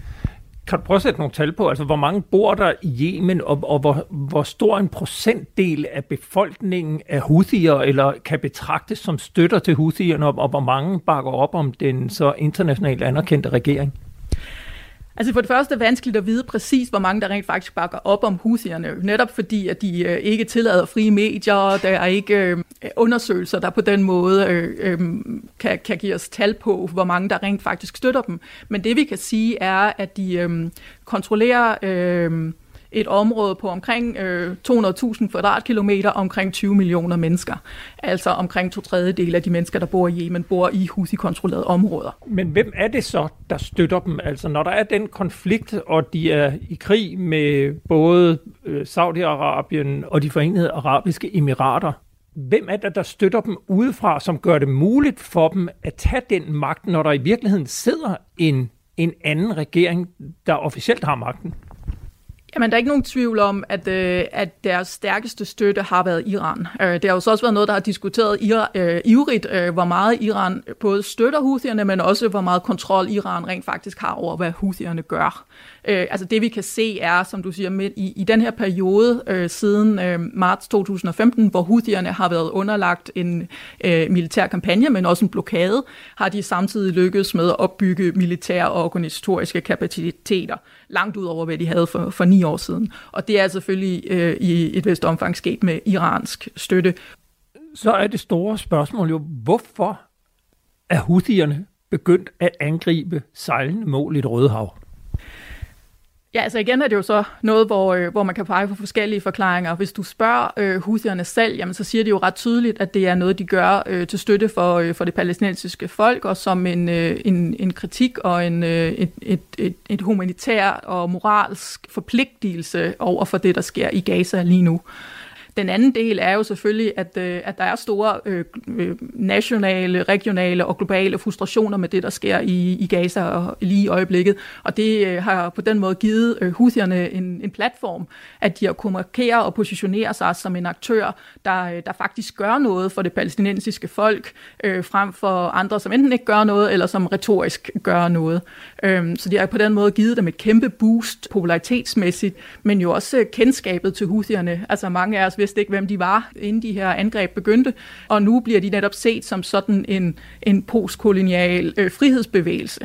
Kan du prøve at sætte nogle tal på, altså hvor mange bor der i Yemen, og, og hvor, hvor stor en procentdel af befolkningen er Houthier, eller kan betragtes som støtter til Houthierne, og, og hvor mange bakker op om den så internationalt anerkendte regering? Altså for det første er det vanskeligt at vide præcis, hvor mange der rent faktisk bakker op om Houthierne. Netop fordi, at de øh, ikke tillader frie medier, der er ikke øh, undersøgelser, der på den måde øh, øh, kan, kan give os tal på, hvor mange der rent faktisk støtter dem. Men det vi kan sige er, at de øh, kontrollerer øh, et område på omkring øh, to hundrede tusind kvadratkilometer, omkring tyve millioner mennesker. Altså omkring to tredjedele af de mennesker, der bor i Yemen, bor i Houthi-kontrollerede områder. Men hvem er det så, der støtter dem? Altså når der er den konflikt, og de er i krig med både øh, Saudi-Arabien og de Forenede Arabiske Emirater, hvem er det, der støtter dem udefra, som gør det muligt for dem at tage den magt, når der i virkeligheden sidder en, en anden regering, der officielt har magten? Jamen, der er ikke nogen tvivl om, at, øh, at deres stærkeste støtte har været Iran. Øh, det har jo så også været noget, der har diskuteret ira, øh, ivrigt, øh, hvor meget Iran både støtter Houthierne, men også hvor meget kontrol Iran rent faktisk har over, hvad Houthierne gør. Øh, altså det vi kan se er, som du siger, midt i, i den her periode øh, siden øh, marts to tusind og femten, hvor Houthierne har været underlagt en øh, militær kampagne, men også en blokade, har de samtidig lykkedes med at opbygge militære og organisatoriske kapaciteter, langt ud over, hvad de havde for, for ni år siden. Og det er selvfølgelig øh, i et vist omfang sket med iransk støtte. Så er det store spørgsmål jo, hvorfor er Houthierne begyndt at angribe sejlende mål i det Røde Hav? Ja, altså igen er det jo så noget, hvor, øh, hvor man kan pege på forskellige forklaringer. Hvis du spørger øh, houthierne selv, jamen, så siger de jo ret tydeligt, at det er noget, de gør øh, til støtte for, øh, for det palæstinensiske folk, og som en, øh, en, en kritik og en, øh, et, et, et, et humanitær og moralsk forpligtelse over for det, der sker i Gaza lige nu. Den anden del er jo selvfølgelig, at, øh, at der er store øh, nationale, regionale og globale frustrationer med det, der sker i, i Gaza og lige i øjeblikket. Og det øh, har på den måde givet øh, houthierne en, en platform, at de har kunnet markere og positionere sig som en aktør, der, der faktisk gør noget for det palæstinensiske folk, øh, frem for andre, som enten ikke gør noget, eller som retorisk gør noget. Øh, så de har på den måde givet dem et kæmpe boost popularitetsmæssigt, men jo også kendskabet til houthierne. Altså mange af os vidste ikke, hvem de var, inden de her angreb begyndte, og nu bliver de netop set som sådan en, en postkolonial øh, frihedsbevægelse.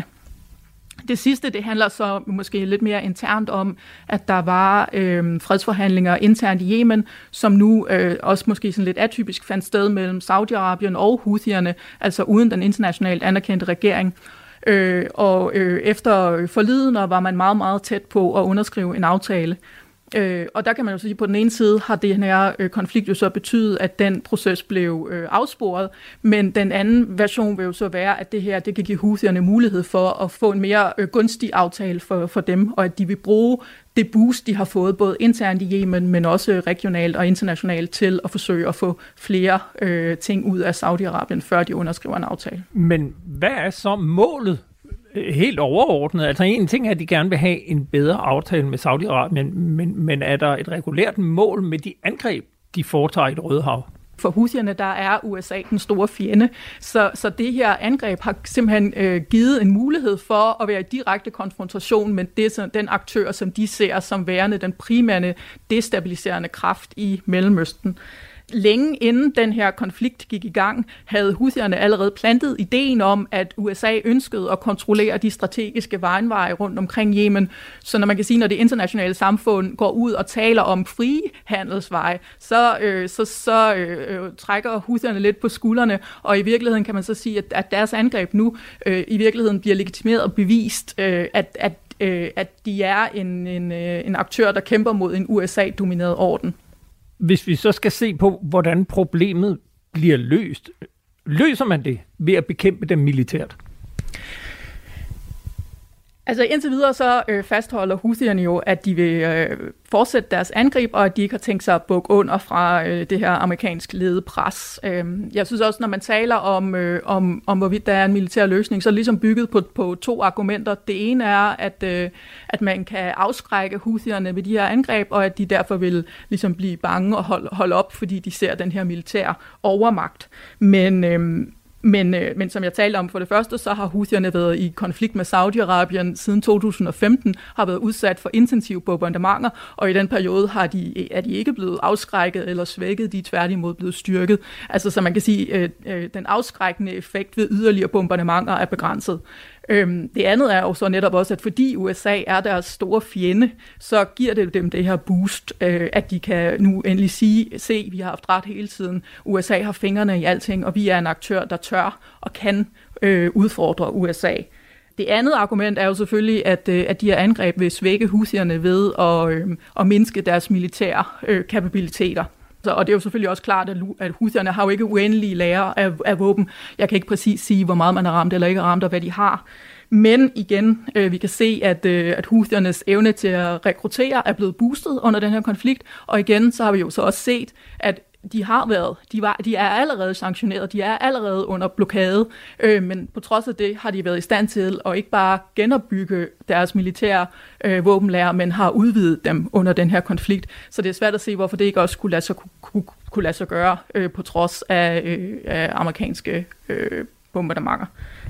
Det sidste, det handler så måske lidt mere internt om, at der var øh, fredsforhandlinger internt i Yemen, som nu øh, også måske sådan lidt atypisk fandt sted mellem Saudi-Arabien og houthierne, altså uden den internationalt anerkendte regering. Øh, og øh, efter forliden var man meget, meget tæt på at underskrive en aftale. Øh, og der kan man jo sige, at på den ene side har den her øh, konflikt jo så betydet, at den proces blev øh, afsporet, men den anden version vil jo så være, at det her det kan give houthierne mulighed for at få en mere øh, gunstig aftale for, for dem, og at de vil bruge det boost, de har fået både internt i Yemen, men også regionalt og internationalt til at forsøge at få flere øh, ting ud af Saudi-Arabien, før de underskriver en aftale. Men hvad er så målet? Helt overordnet. Altså en ting er, at de gerne vil have en bedre aftale med Saudi-Arabien, men, men er der et regulært mål med de angreb, de foretager i det Røde Hav? For houthierne, der er U S A den store fjende, så, så det her angreb har simpelthen øh, givet en mulighed for at være i direkte konfrontation med det, den aktør, som de ser som værende den primære destabiliserende kraft i Mellemøsten. Længe inden den her konflikt gik i gang, havde houthierne allerede plantet ideen om, at U S A ønskede at kontrollere de strategiske vejveje rundt omkring Yemen. Så når man kan sige, når det internationale samfund går ud og taler om frie handelsveje, så, øh, så, så øh, trækker houthierne lidt på skuldrene, og i virkeligheden kan man så sige, at, at deres angreb nu øh, i virkeligheden bliver legitimeret og bevist, øh, at, at, øh, at de er en, en, en aktør, der kæmper mod en U S A-domineret orden. Hvis vi så skal se på, hvordan problemet bliver løst, løser man det ved at bekæmpe dem militært? Altså indtil videre så øh, fastholder houthierne jo, at de vil øh, fortsætte deres angreb, og at de ikke har tænkt sig at bukke under fra øh, det her amerikansk ledede pres. Øh, jeg synes også, når man taler om, øh, om, om hvorvidt der er en militær løsning, så er det ligesom bygget på, på to argumenter. Det ene er, at, øh, at man kan afskrække houthierne ved de her angreb, og at de derfor vil ligesom blive bange og holde, holde op, fordi de ser den her militære overmagt. Men øh, Men, øh, men som jeg talte om for det første, så har houthierne været i konflikt med Saudi-Arabien siden to tusind og femten, har været udsat for intensive bombardementer, og i den periode har de, er de ikke blevet afskrækket eller svækket, de er tværtimod blevet styrket. Altså så man kan sige, at øh, øh, den afskrækkende effekt ved yderligere bombardementer er begrænset. Øhm, det andet er jo så netop også, at fordi U S A er deres store fjende, så giver det dem det her boost, øh, at de kan nu endelig sige, se, vi har haft ret hele tiden. U S A har fingrene i alting, og vi er en aktør, der tør og kan øh, udfordre U S A. Det andet argument er jo selvfølgelig, at, øh, at de her angreb vil svække houthierne ved at, øh, at mindske deres militære øh, kapabiliteter. Og det er jo selvfølgelig også klart, at houthierne har jo ikke uendelige lagre af, af våben. Jeg kan ikke præcis sige, hvor meget man har ramt eller ikke ramt, og hvad de har. Men igen, øh, vi kan se, at, øh, at houthiernes evne til at rekruttere er blevet boostet under den her konflikt. Og igen, så har vi jo så også set, at de har været, de, var, de er allerede sanktioneret, de er allerede under blokade, øh, men på trods af det har de været i stand til at ikke bare genopbygge deres militære øh, våbenlager, men har udvidet dem under den her konflikt. Så det er svært at se, hvorfor det ikke også kunne lade sig, kunne, kunne lade sig gøre øh, på trods af, øh, af amerikanske øh, bombardementer.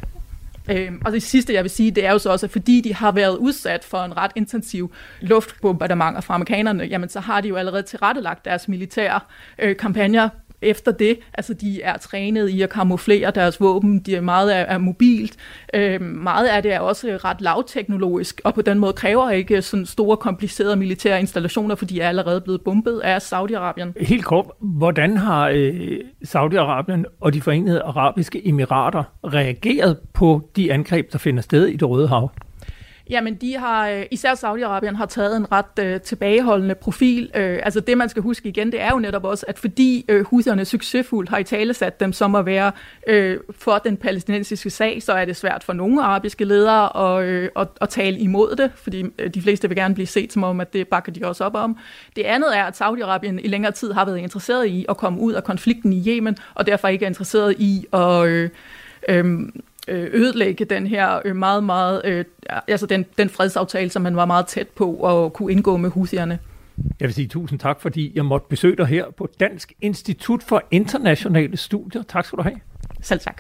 Øh, og det sidste, jeg vil sige, det er jo så også, at fordi de har været udsat for en ret intensiv luftbombardementer fra amerikanerne, jamen så har de jo allerede tilrettelagt deres militære øh, kampagner efter det. Altså de er trænet i at kamuflere deres våben, de er meget er, er mobilt. Øh, meget af det er også ret lavteknologisk, og på den måde kræver ikke sådan store, komplicerede militære installationer, for de er allerede blevet bombet af Saudi-Arabien. Helt kort, hvordan har øh, Saudi-Arabien og de Forenede Arabiske Emirater reageret på de angreb, der finder sted i det Røde Hav? Jamen, de har, især Saudi-Arabien har taget en ret øh, tilbageholdende profil. Øh, altså det, man skal huske igen, det er jo netop også, at fordi øh, houtherne succesfuldt har italesat dem som at være øh, for den palæstinensiske sag, så er det svært for nogle arabiske ledere at, øh, at, at tale imod det, fordi øh, de fleste vil gerne blive set som om, at det bakker de også op om. Det andet er, at Saudi-Arabien i længere tid har været interesseret i at komme ud af konflikten i Yemen, og derfor ikke er interesseret i at Øh, øh, ødelægge den her meget, meget, øh, altså den, den fredsaftale, som man var meget tæt på at kunne indgå med houthierne. Jeg vil sige tusind tak, fordi jeg måtte besøge dig her på Dansk Institut for Internationale Studier. Tak skal du have. Selv tak.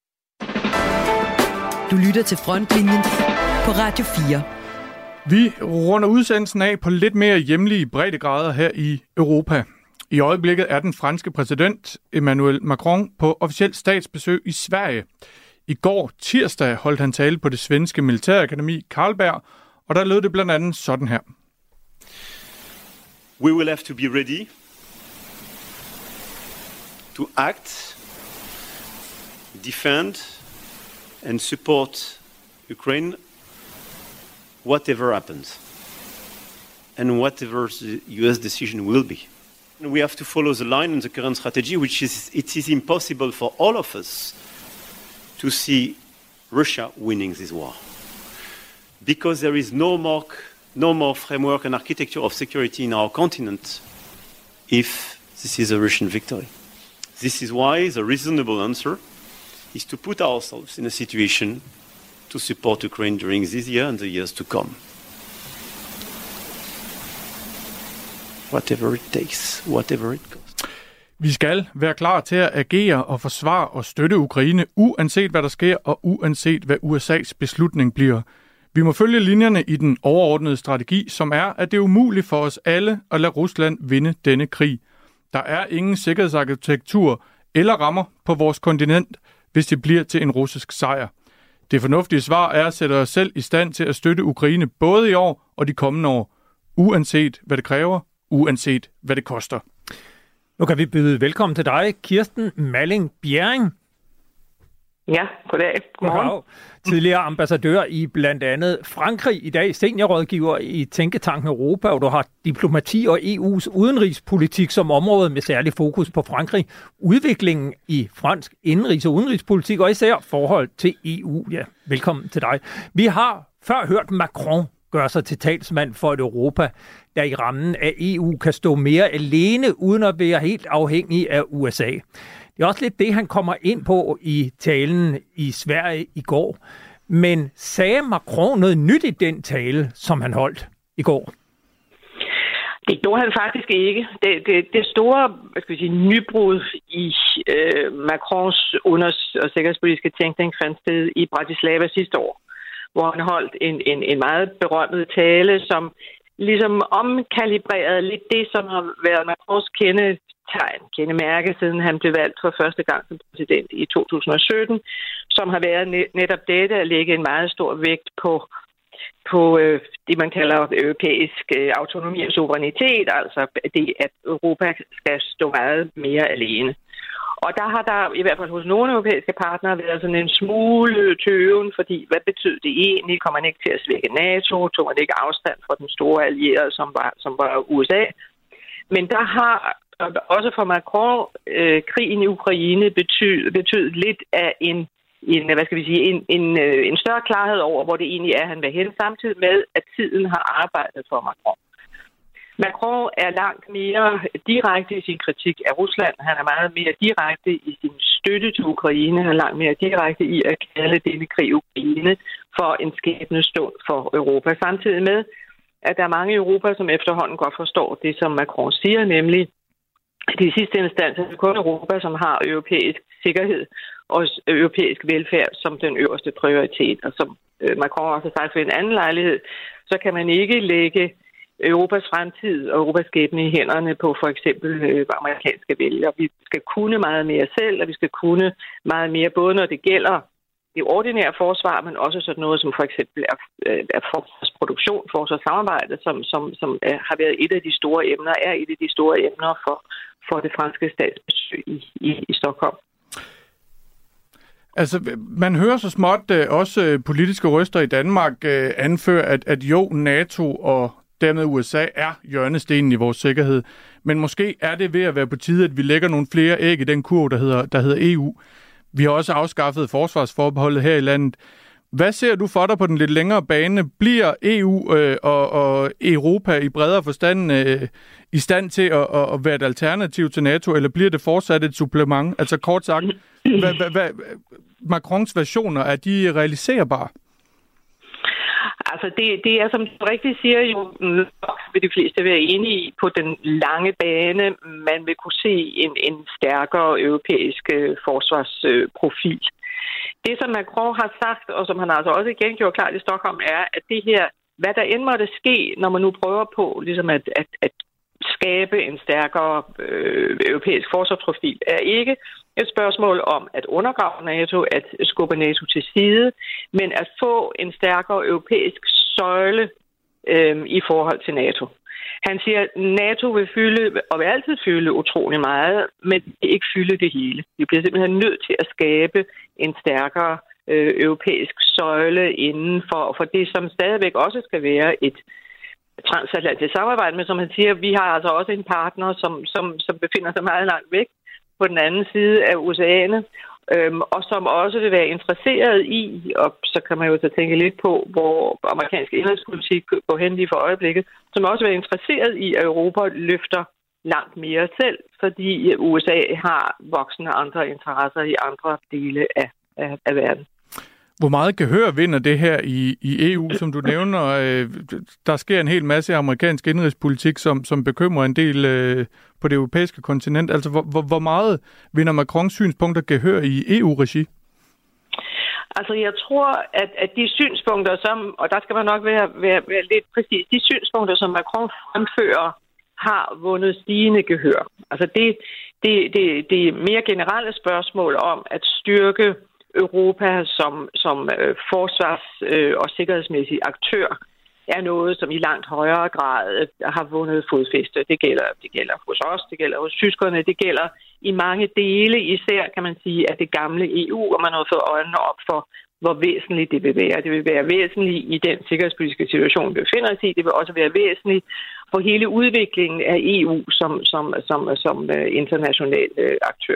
Du lytter til Frontlinjen på Radio fire. Vi runder udsendelsen af på lidt mere hjemlige breddegrader her i Europa. I øjeblikket er den franske præsident Emmanuel Macron på officielt statsbesøg i Sverige. I går tirsdag holdt han tale på det svenske militærakademi Karlberg, og der lød det blandt andet sådan her. We will have to be ready to act, defend and support Ukraine whatever happens and whatever the U S decision will be. We have to follow the line in the current strategy, which is it is impossible for all of us to see Russia winning this war, because there is no more, no more framework and architecture of security in our continent if this is a Russian victory. This is why the reasonable answer is to put ourselves in a situation to support Ukraine during this year and the years to come. Whatever it takes, whatever it costs. Vi skal være klar til at agere og forsvare og støtte Ukraine, uanset hvad der sker og uanset hvad U S A's beslutning bliver. Vi må følge linjerne i den overordnede strategi, som er, at det er umuligt for os alle at lade Rusland vinde denne krig. Der er ingen sikkerhedsarkitektur eller rammer på vores kontinent, hvis det bliver til en russisk sejr. Det fornuftige svar er at sætte os selv i stand til at støtte Ukraine både i år og de kommende år, uanset hvad det kræver, uanset hvad det koster. Nu kan vi byde velkommen til dig, Kirsten Malling Bjerring. Ja, goddag. Godmorgen. Goddag. Tidligere ambassadør i blandt andet Frankrig, i dag seniorrådgiver i Tænketanken Europa, og du har diplomati og E U's udenrigspolitik som område med særlig fokus på Frankrig, udviklingen i fransk indenrigs- og udenrigspolitik og især forhold til E U. Ja, velkommen til dig. Vi har før hørt Macron gøre sig til talsmand for et Europa, der i rammen af E U kan stå mere alene, uden at være helt afhængig af U S A. Det er også lidt det, han kommer ind på i talen i Sverige i går. Men sagde Macron noget nyt i den tale, som han holdt i går? Det gjorde han faktisk ikke. Det, det, det store hvad skal vi sige, nybrud i øh, Macrons unders- og sikkerhedspolitiske tænkning fandt sted i Bratislava sidste år, hvor han holdt en, en, en meget berømmet tale, som ligesom omkalibrerede lidt det, som har været Macrons kendetegn, kendemærke, siden han blev valgt for første gang som præsident i to tusind og sytten, som har været netop dette at lægge en meget stor vægt på, på øh, det, man kalder europæisk øh, autonomi og suverænitet, altså det, at Europa skal stå meget mere alene. Og der har der i hvert fald hos nogle europæiske partnere været sådan en smule tøven, fordi hvad betyder det egentlig? Kommer man ikke til at svække NATO? Tog man ikke afstand fra den store allierede, som var, som var U S A? Men der har også for Macron øh, krigen i Ukraine betydet, betydet lidt af en, en, hvad skal vi sige, en, en, en større klarhed over, hvor det egentlig er, han vil hen, samtidig med, at tiden har arbejdet for Macron. Macron er langt mere direkte i sin kritik af Rusland. Han er meget mere direkte i sin støtte til Ukraine. Han er langt mere direkte i at kalde denne krig Ukraine for en skæbne stund for Europa. Samtidig med, at der er mange i Europa, som efterhånden godt forstår det, som Macron siger, nemlig at i sidste instans er det kun Europa, som har europæisk sikkerhed og europæisk velfærd som den øverste prioritet. Og som Macron også har sagt ved en anden lejlighed, så kan man ikke lægge Europas fremtid og Europas skæbne i hænderne på for eksempel øh, amerikanske vælgere. Vi skal kunne meget mere selv, og vi skal kunne meget mere, både når det gælder det ordinære forsvar, men også sådan noget som for eksempel er, er forsvarsproduktion, forsvarssamarbejde, som, som, som er, har været et af de store emner, er et af de store emner for, for det franske statsbesøg i, i, i Stockholm. Altså, man hører så småt øh, også øh, politiske røster i Danmark øh, anføre, at, at jo, NATO og dermed U S A er hjørnestenen i vores sikkerhed. Men måske er det ved at være på tide, at vi lægger nogle flere æg i den kurv, der hedder, der hedder E U. Vi har også afskaffet forsvarsforbeholdet her i landet. Hvad ser du for dig på den lidt længere bane? Bliver E U øh, og, og Europa i bredere forstand øh, i stand til at, at være et alternativ til NATO, eller bliver det fortsat et supplement? Altså kort sagt, hvad, hvad, hvad, Macrons versioner, er de realiserbare? Altså det, det er, som du rigtig siger, jo vil de fleste være enige i på den lange bane. Man vil kunne se en, en stærkere europæisk øh, forsvarsprofil. Øh, det, som Macron har sagt, og som han altså også igen gjorde klart i Stockholm, er, at det her, hvad der end måtte ske, når man nu prøver på ligesom at, at, at skabe en stærkere øh, europæisk forsvarsprofil, er ikke et spørgsmål om at undergrave NATO, at skubbe NATO til side, men at få en stærkere europæisk søjle øh, i forhold til NATO. Han siger, at NATO vil fylde, og vil altid fylde utrolig meget, men ikke fylde det hele. Vi bliver simpelthen nødt til at skabe en stærkere øh, europæisk søjle inden for, for det, som stadigvæk også skal være et transatlantisk samarbejde. Men som han siger, vi har altså også en partner, som, som, som befinder sig meget langt væk på den anden side af oceanet, øhm, og som også vil være interesseret i, og så kan man jo så tænke lidt på, hvor amerikansk indrigspolitik går hen lige for øjeblikket, som også vil være interesseret i, at Europa løfter langt mere selv, fordi U S A har voksende andre interesser i andre dele af, af, af verden. Hvor meget gehør vinder det her i, i E U, som du nævner? Øh, der sker en hel masse amerikansk indrigspolitik, som, som bekymrer en del øh, på det europæiske kontinent. Altså, hvor, hvor, hvor meget vinder Macrons synspunkter gehør i E U-regi? Altså, jeg tror, at, at de synspunkter, som, og der skal man nok være, være, være lidt præcis, de synspunkter, som Macron fremfører, har vundet stigende gehør. Altså, det, det, det, det mere generelle spørgsmål om at styrke Europa som, som øh, forsvars- øh, og sikkerhedsmæssig aktør er noget, som i langt højere grad øh, har vundet fodfæste. Det gælder, det gælder hos os, det gælder hos tyskerne, det gælder i mange dele, især kan man sige, at det gamle E U, og man har fået øjnene op for, hvor væsentligt det vil være. Det vil være væsentligt i den sikkerhedspolitiske situation, vi befinder os i. Det vil også være væsentligt for hele udviklingen af E U som, som, som, som uh, international uh, aktør.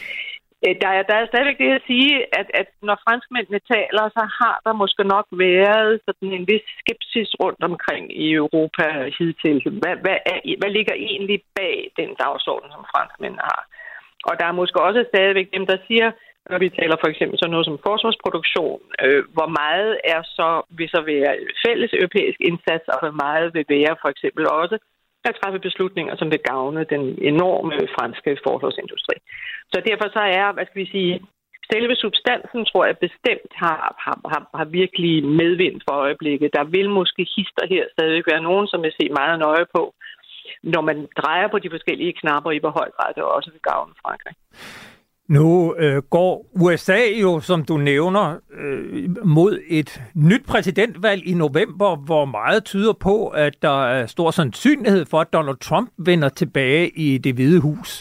Der er, der er stadigvæk det at sige, at, at når franskmændene taler, så har der måske nok været sådan en vis skepsis rundt omkring i Europa hidtil. Hvad, hvad, er, hvad ligger egentlig bag den dagsorden, som franskmændene har? Og der er måske også stadigvæk dem, der siger, når vi taler for eksempel sådan noget som forsvarsproduktion, øh, hvor meget er så, vil så være fælles europæisk indsats, og hvor meget vil være for eksempel også at træffe beslutninger, som vil gavne den enorme franske forsvarsindustri. Så derfor så er, hvad skal vi sige, selve substansen, tror jeg bestemt har, har, har, har virkelig medvind for øjeblikket. Der vil måske hister her stadig være nogen, som vil se meget nøje på, når man drejer på de forskellige knapper, i hvor høj grad det også vil gavne Frankrig. Nu øh, går U S A jo, som du nævner, øh, mod et nyt præsidentvalg i november, hvor meget tyder på, at der er stor sandsynlighed for, at Donald Trump vender tilbage i Det Hvide Hus.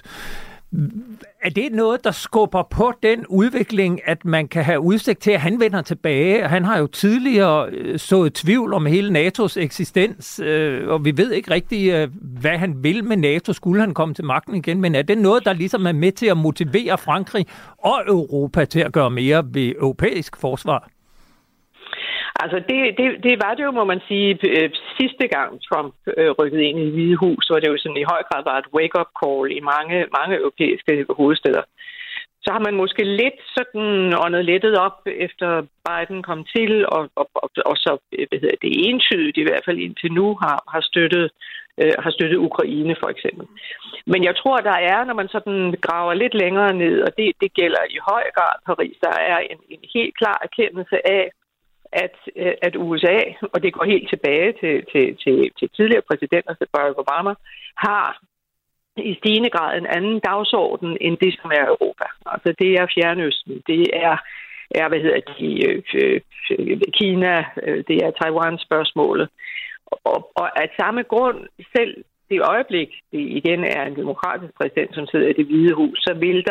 Er det noget, der skubber på den udvikling, at man kan have udsigt til, at han vender tilbage? Han har jo tidligere sået tvivl om hele N A T O's eksistens, og vi ved ikke rigtig, hvad han vil med NATO, skulle han komme til magten igen. Men er det noget, der ligesom er med til at motivere Frankrig og Europa til at gøre mere ved europæisk forsvar? Altså, det, det, det var det jo, må man sige, øh, sidste gang Trump øh, rykkede ind i Det Hvide Hus, så var det jo sådan i høj grad var et wake-up call i mange, mange europæiske hovedsteder. Så har man måske lidt sådan åndet lettet op, efter Biden kom til, og, og, og, og så hvad hedder det entydigt, i hvert fald indtil nu, har, har, støttet, øh, har støttet Ukraine for eksempel. Men jeg tror, der er, når man sådan graver lidt længere ned, og det, det gælder i høj grad Paris, der er en, en helt klar erkendelse af, at, at U S A, og det går helt tilbage til, til, til, til tidligere præsidenter, til Barack Obama, har i stigende grad en anden dagsorden end det, som er Europa. Altså det er Fjernøsten, det er, er hvad hedder de, Kina, det er Taiwan-spørgsmålet. Og, og af samme grund, selv det øjeblik, det igen er en demokratisk præsident, som sidder i Det Hvide Hus, så vil der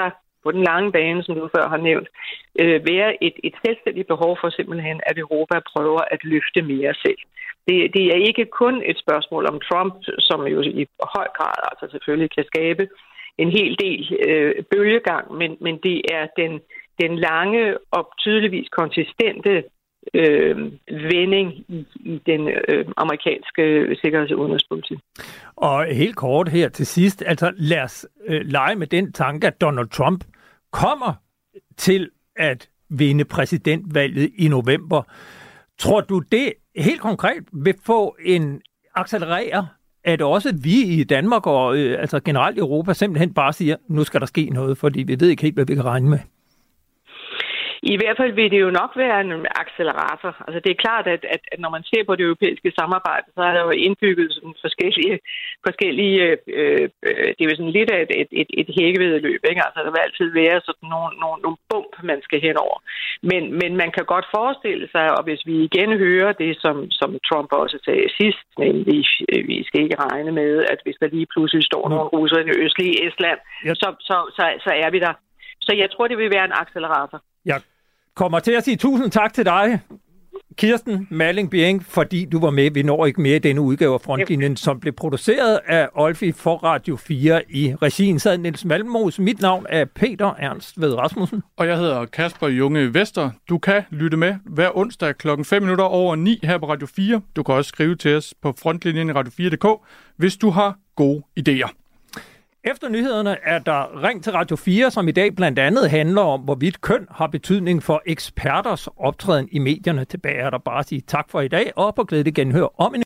på den lange bane, som du før har nævnt, øh, være et, et selvstændigt behov for simpelthen, at Europa prøver at løfte mere selv. Det, det er ikke kun et spørgsmål om Trump, som jo i høj grad altså selvfølgelig kan skabe en hel del øh, bølgegang, men, men det er den, den lange og tydeligvis konsistente øh, vending i, i den øh, amerikanske sikkerheds- og udenrigspolitik. Og helt kort her til sidst, altså lad os øh, lege med den tanke, at Donald Trump kommer til at vinde præsidentvalget i november. Tror du, det helt konkret vil få en accelerere, at også vi i Danmark og øh, altså generelt i Europa simpelthen bare siger, nu skal der ske noget, fordi vi ved ikke helt, hvad vi kan regne med? I hvert fald vil det jo nok være en accelerator. Altså det er klart, at, at, at når man ser på det europæiske samarbejde, så er der jo indbygget sådan forskellige, forskellige øh, øh, det er jo sådan lidt af et, et, et, et hækkevedløb, ikke? Altså der vil altid være sådan nogle, nogle, nogle bump, man skal hen over. Men, men man kan godt forestille sig, og hvis vi igen hører det, som, som Trump også sagde sidst, nemlig vi skal ikke regne med, at hvis der lige pludselig står nogle russere i det østlige Estland, yep. så, så, så, så er vi der. Så jeg tror, det vil være en accelerator. Jeg kommer til at sige tusind tak til dig, Kirsten Malling Bjerring, fordi du var med. Vi når ikke mere i denne udgave af Frontlinjen, som blev produceret af Olfi for Radio fire i regien. Sad Niels Malmros. Mit navn er Peter Ernst Ved Rasmussen. Og jeg hedder Kasper Junge Vester. Du kan lytte med hver onsdag klokken fem minutter over ni her på Radio fire. Du kan også skrive til os på frontlinjen i radio fire punktum d k, hvis du har gode idéer. Efter nyhederne er der Ring til Radio fire, som i dag blandt andet handler om, hvorvidt køn har betydning for eksperters optræden i medierne. Tilbage er der bare at sige tak for i dag, og på glæde genhør om en...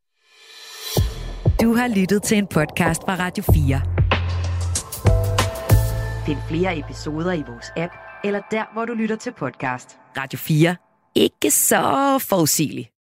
Du har lyttet til en podcast fra Radio fire. Find flere episoder i vores app, eller der, hvor du lytter til podcast. Radio fire. Ikke så forudsigeligt.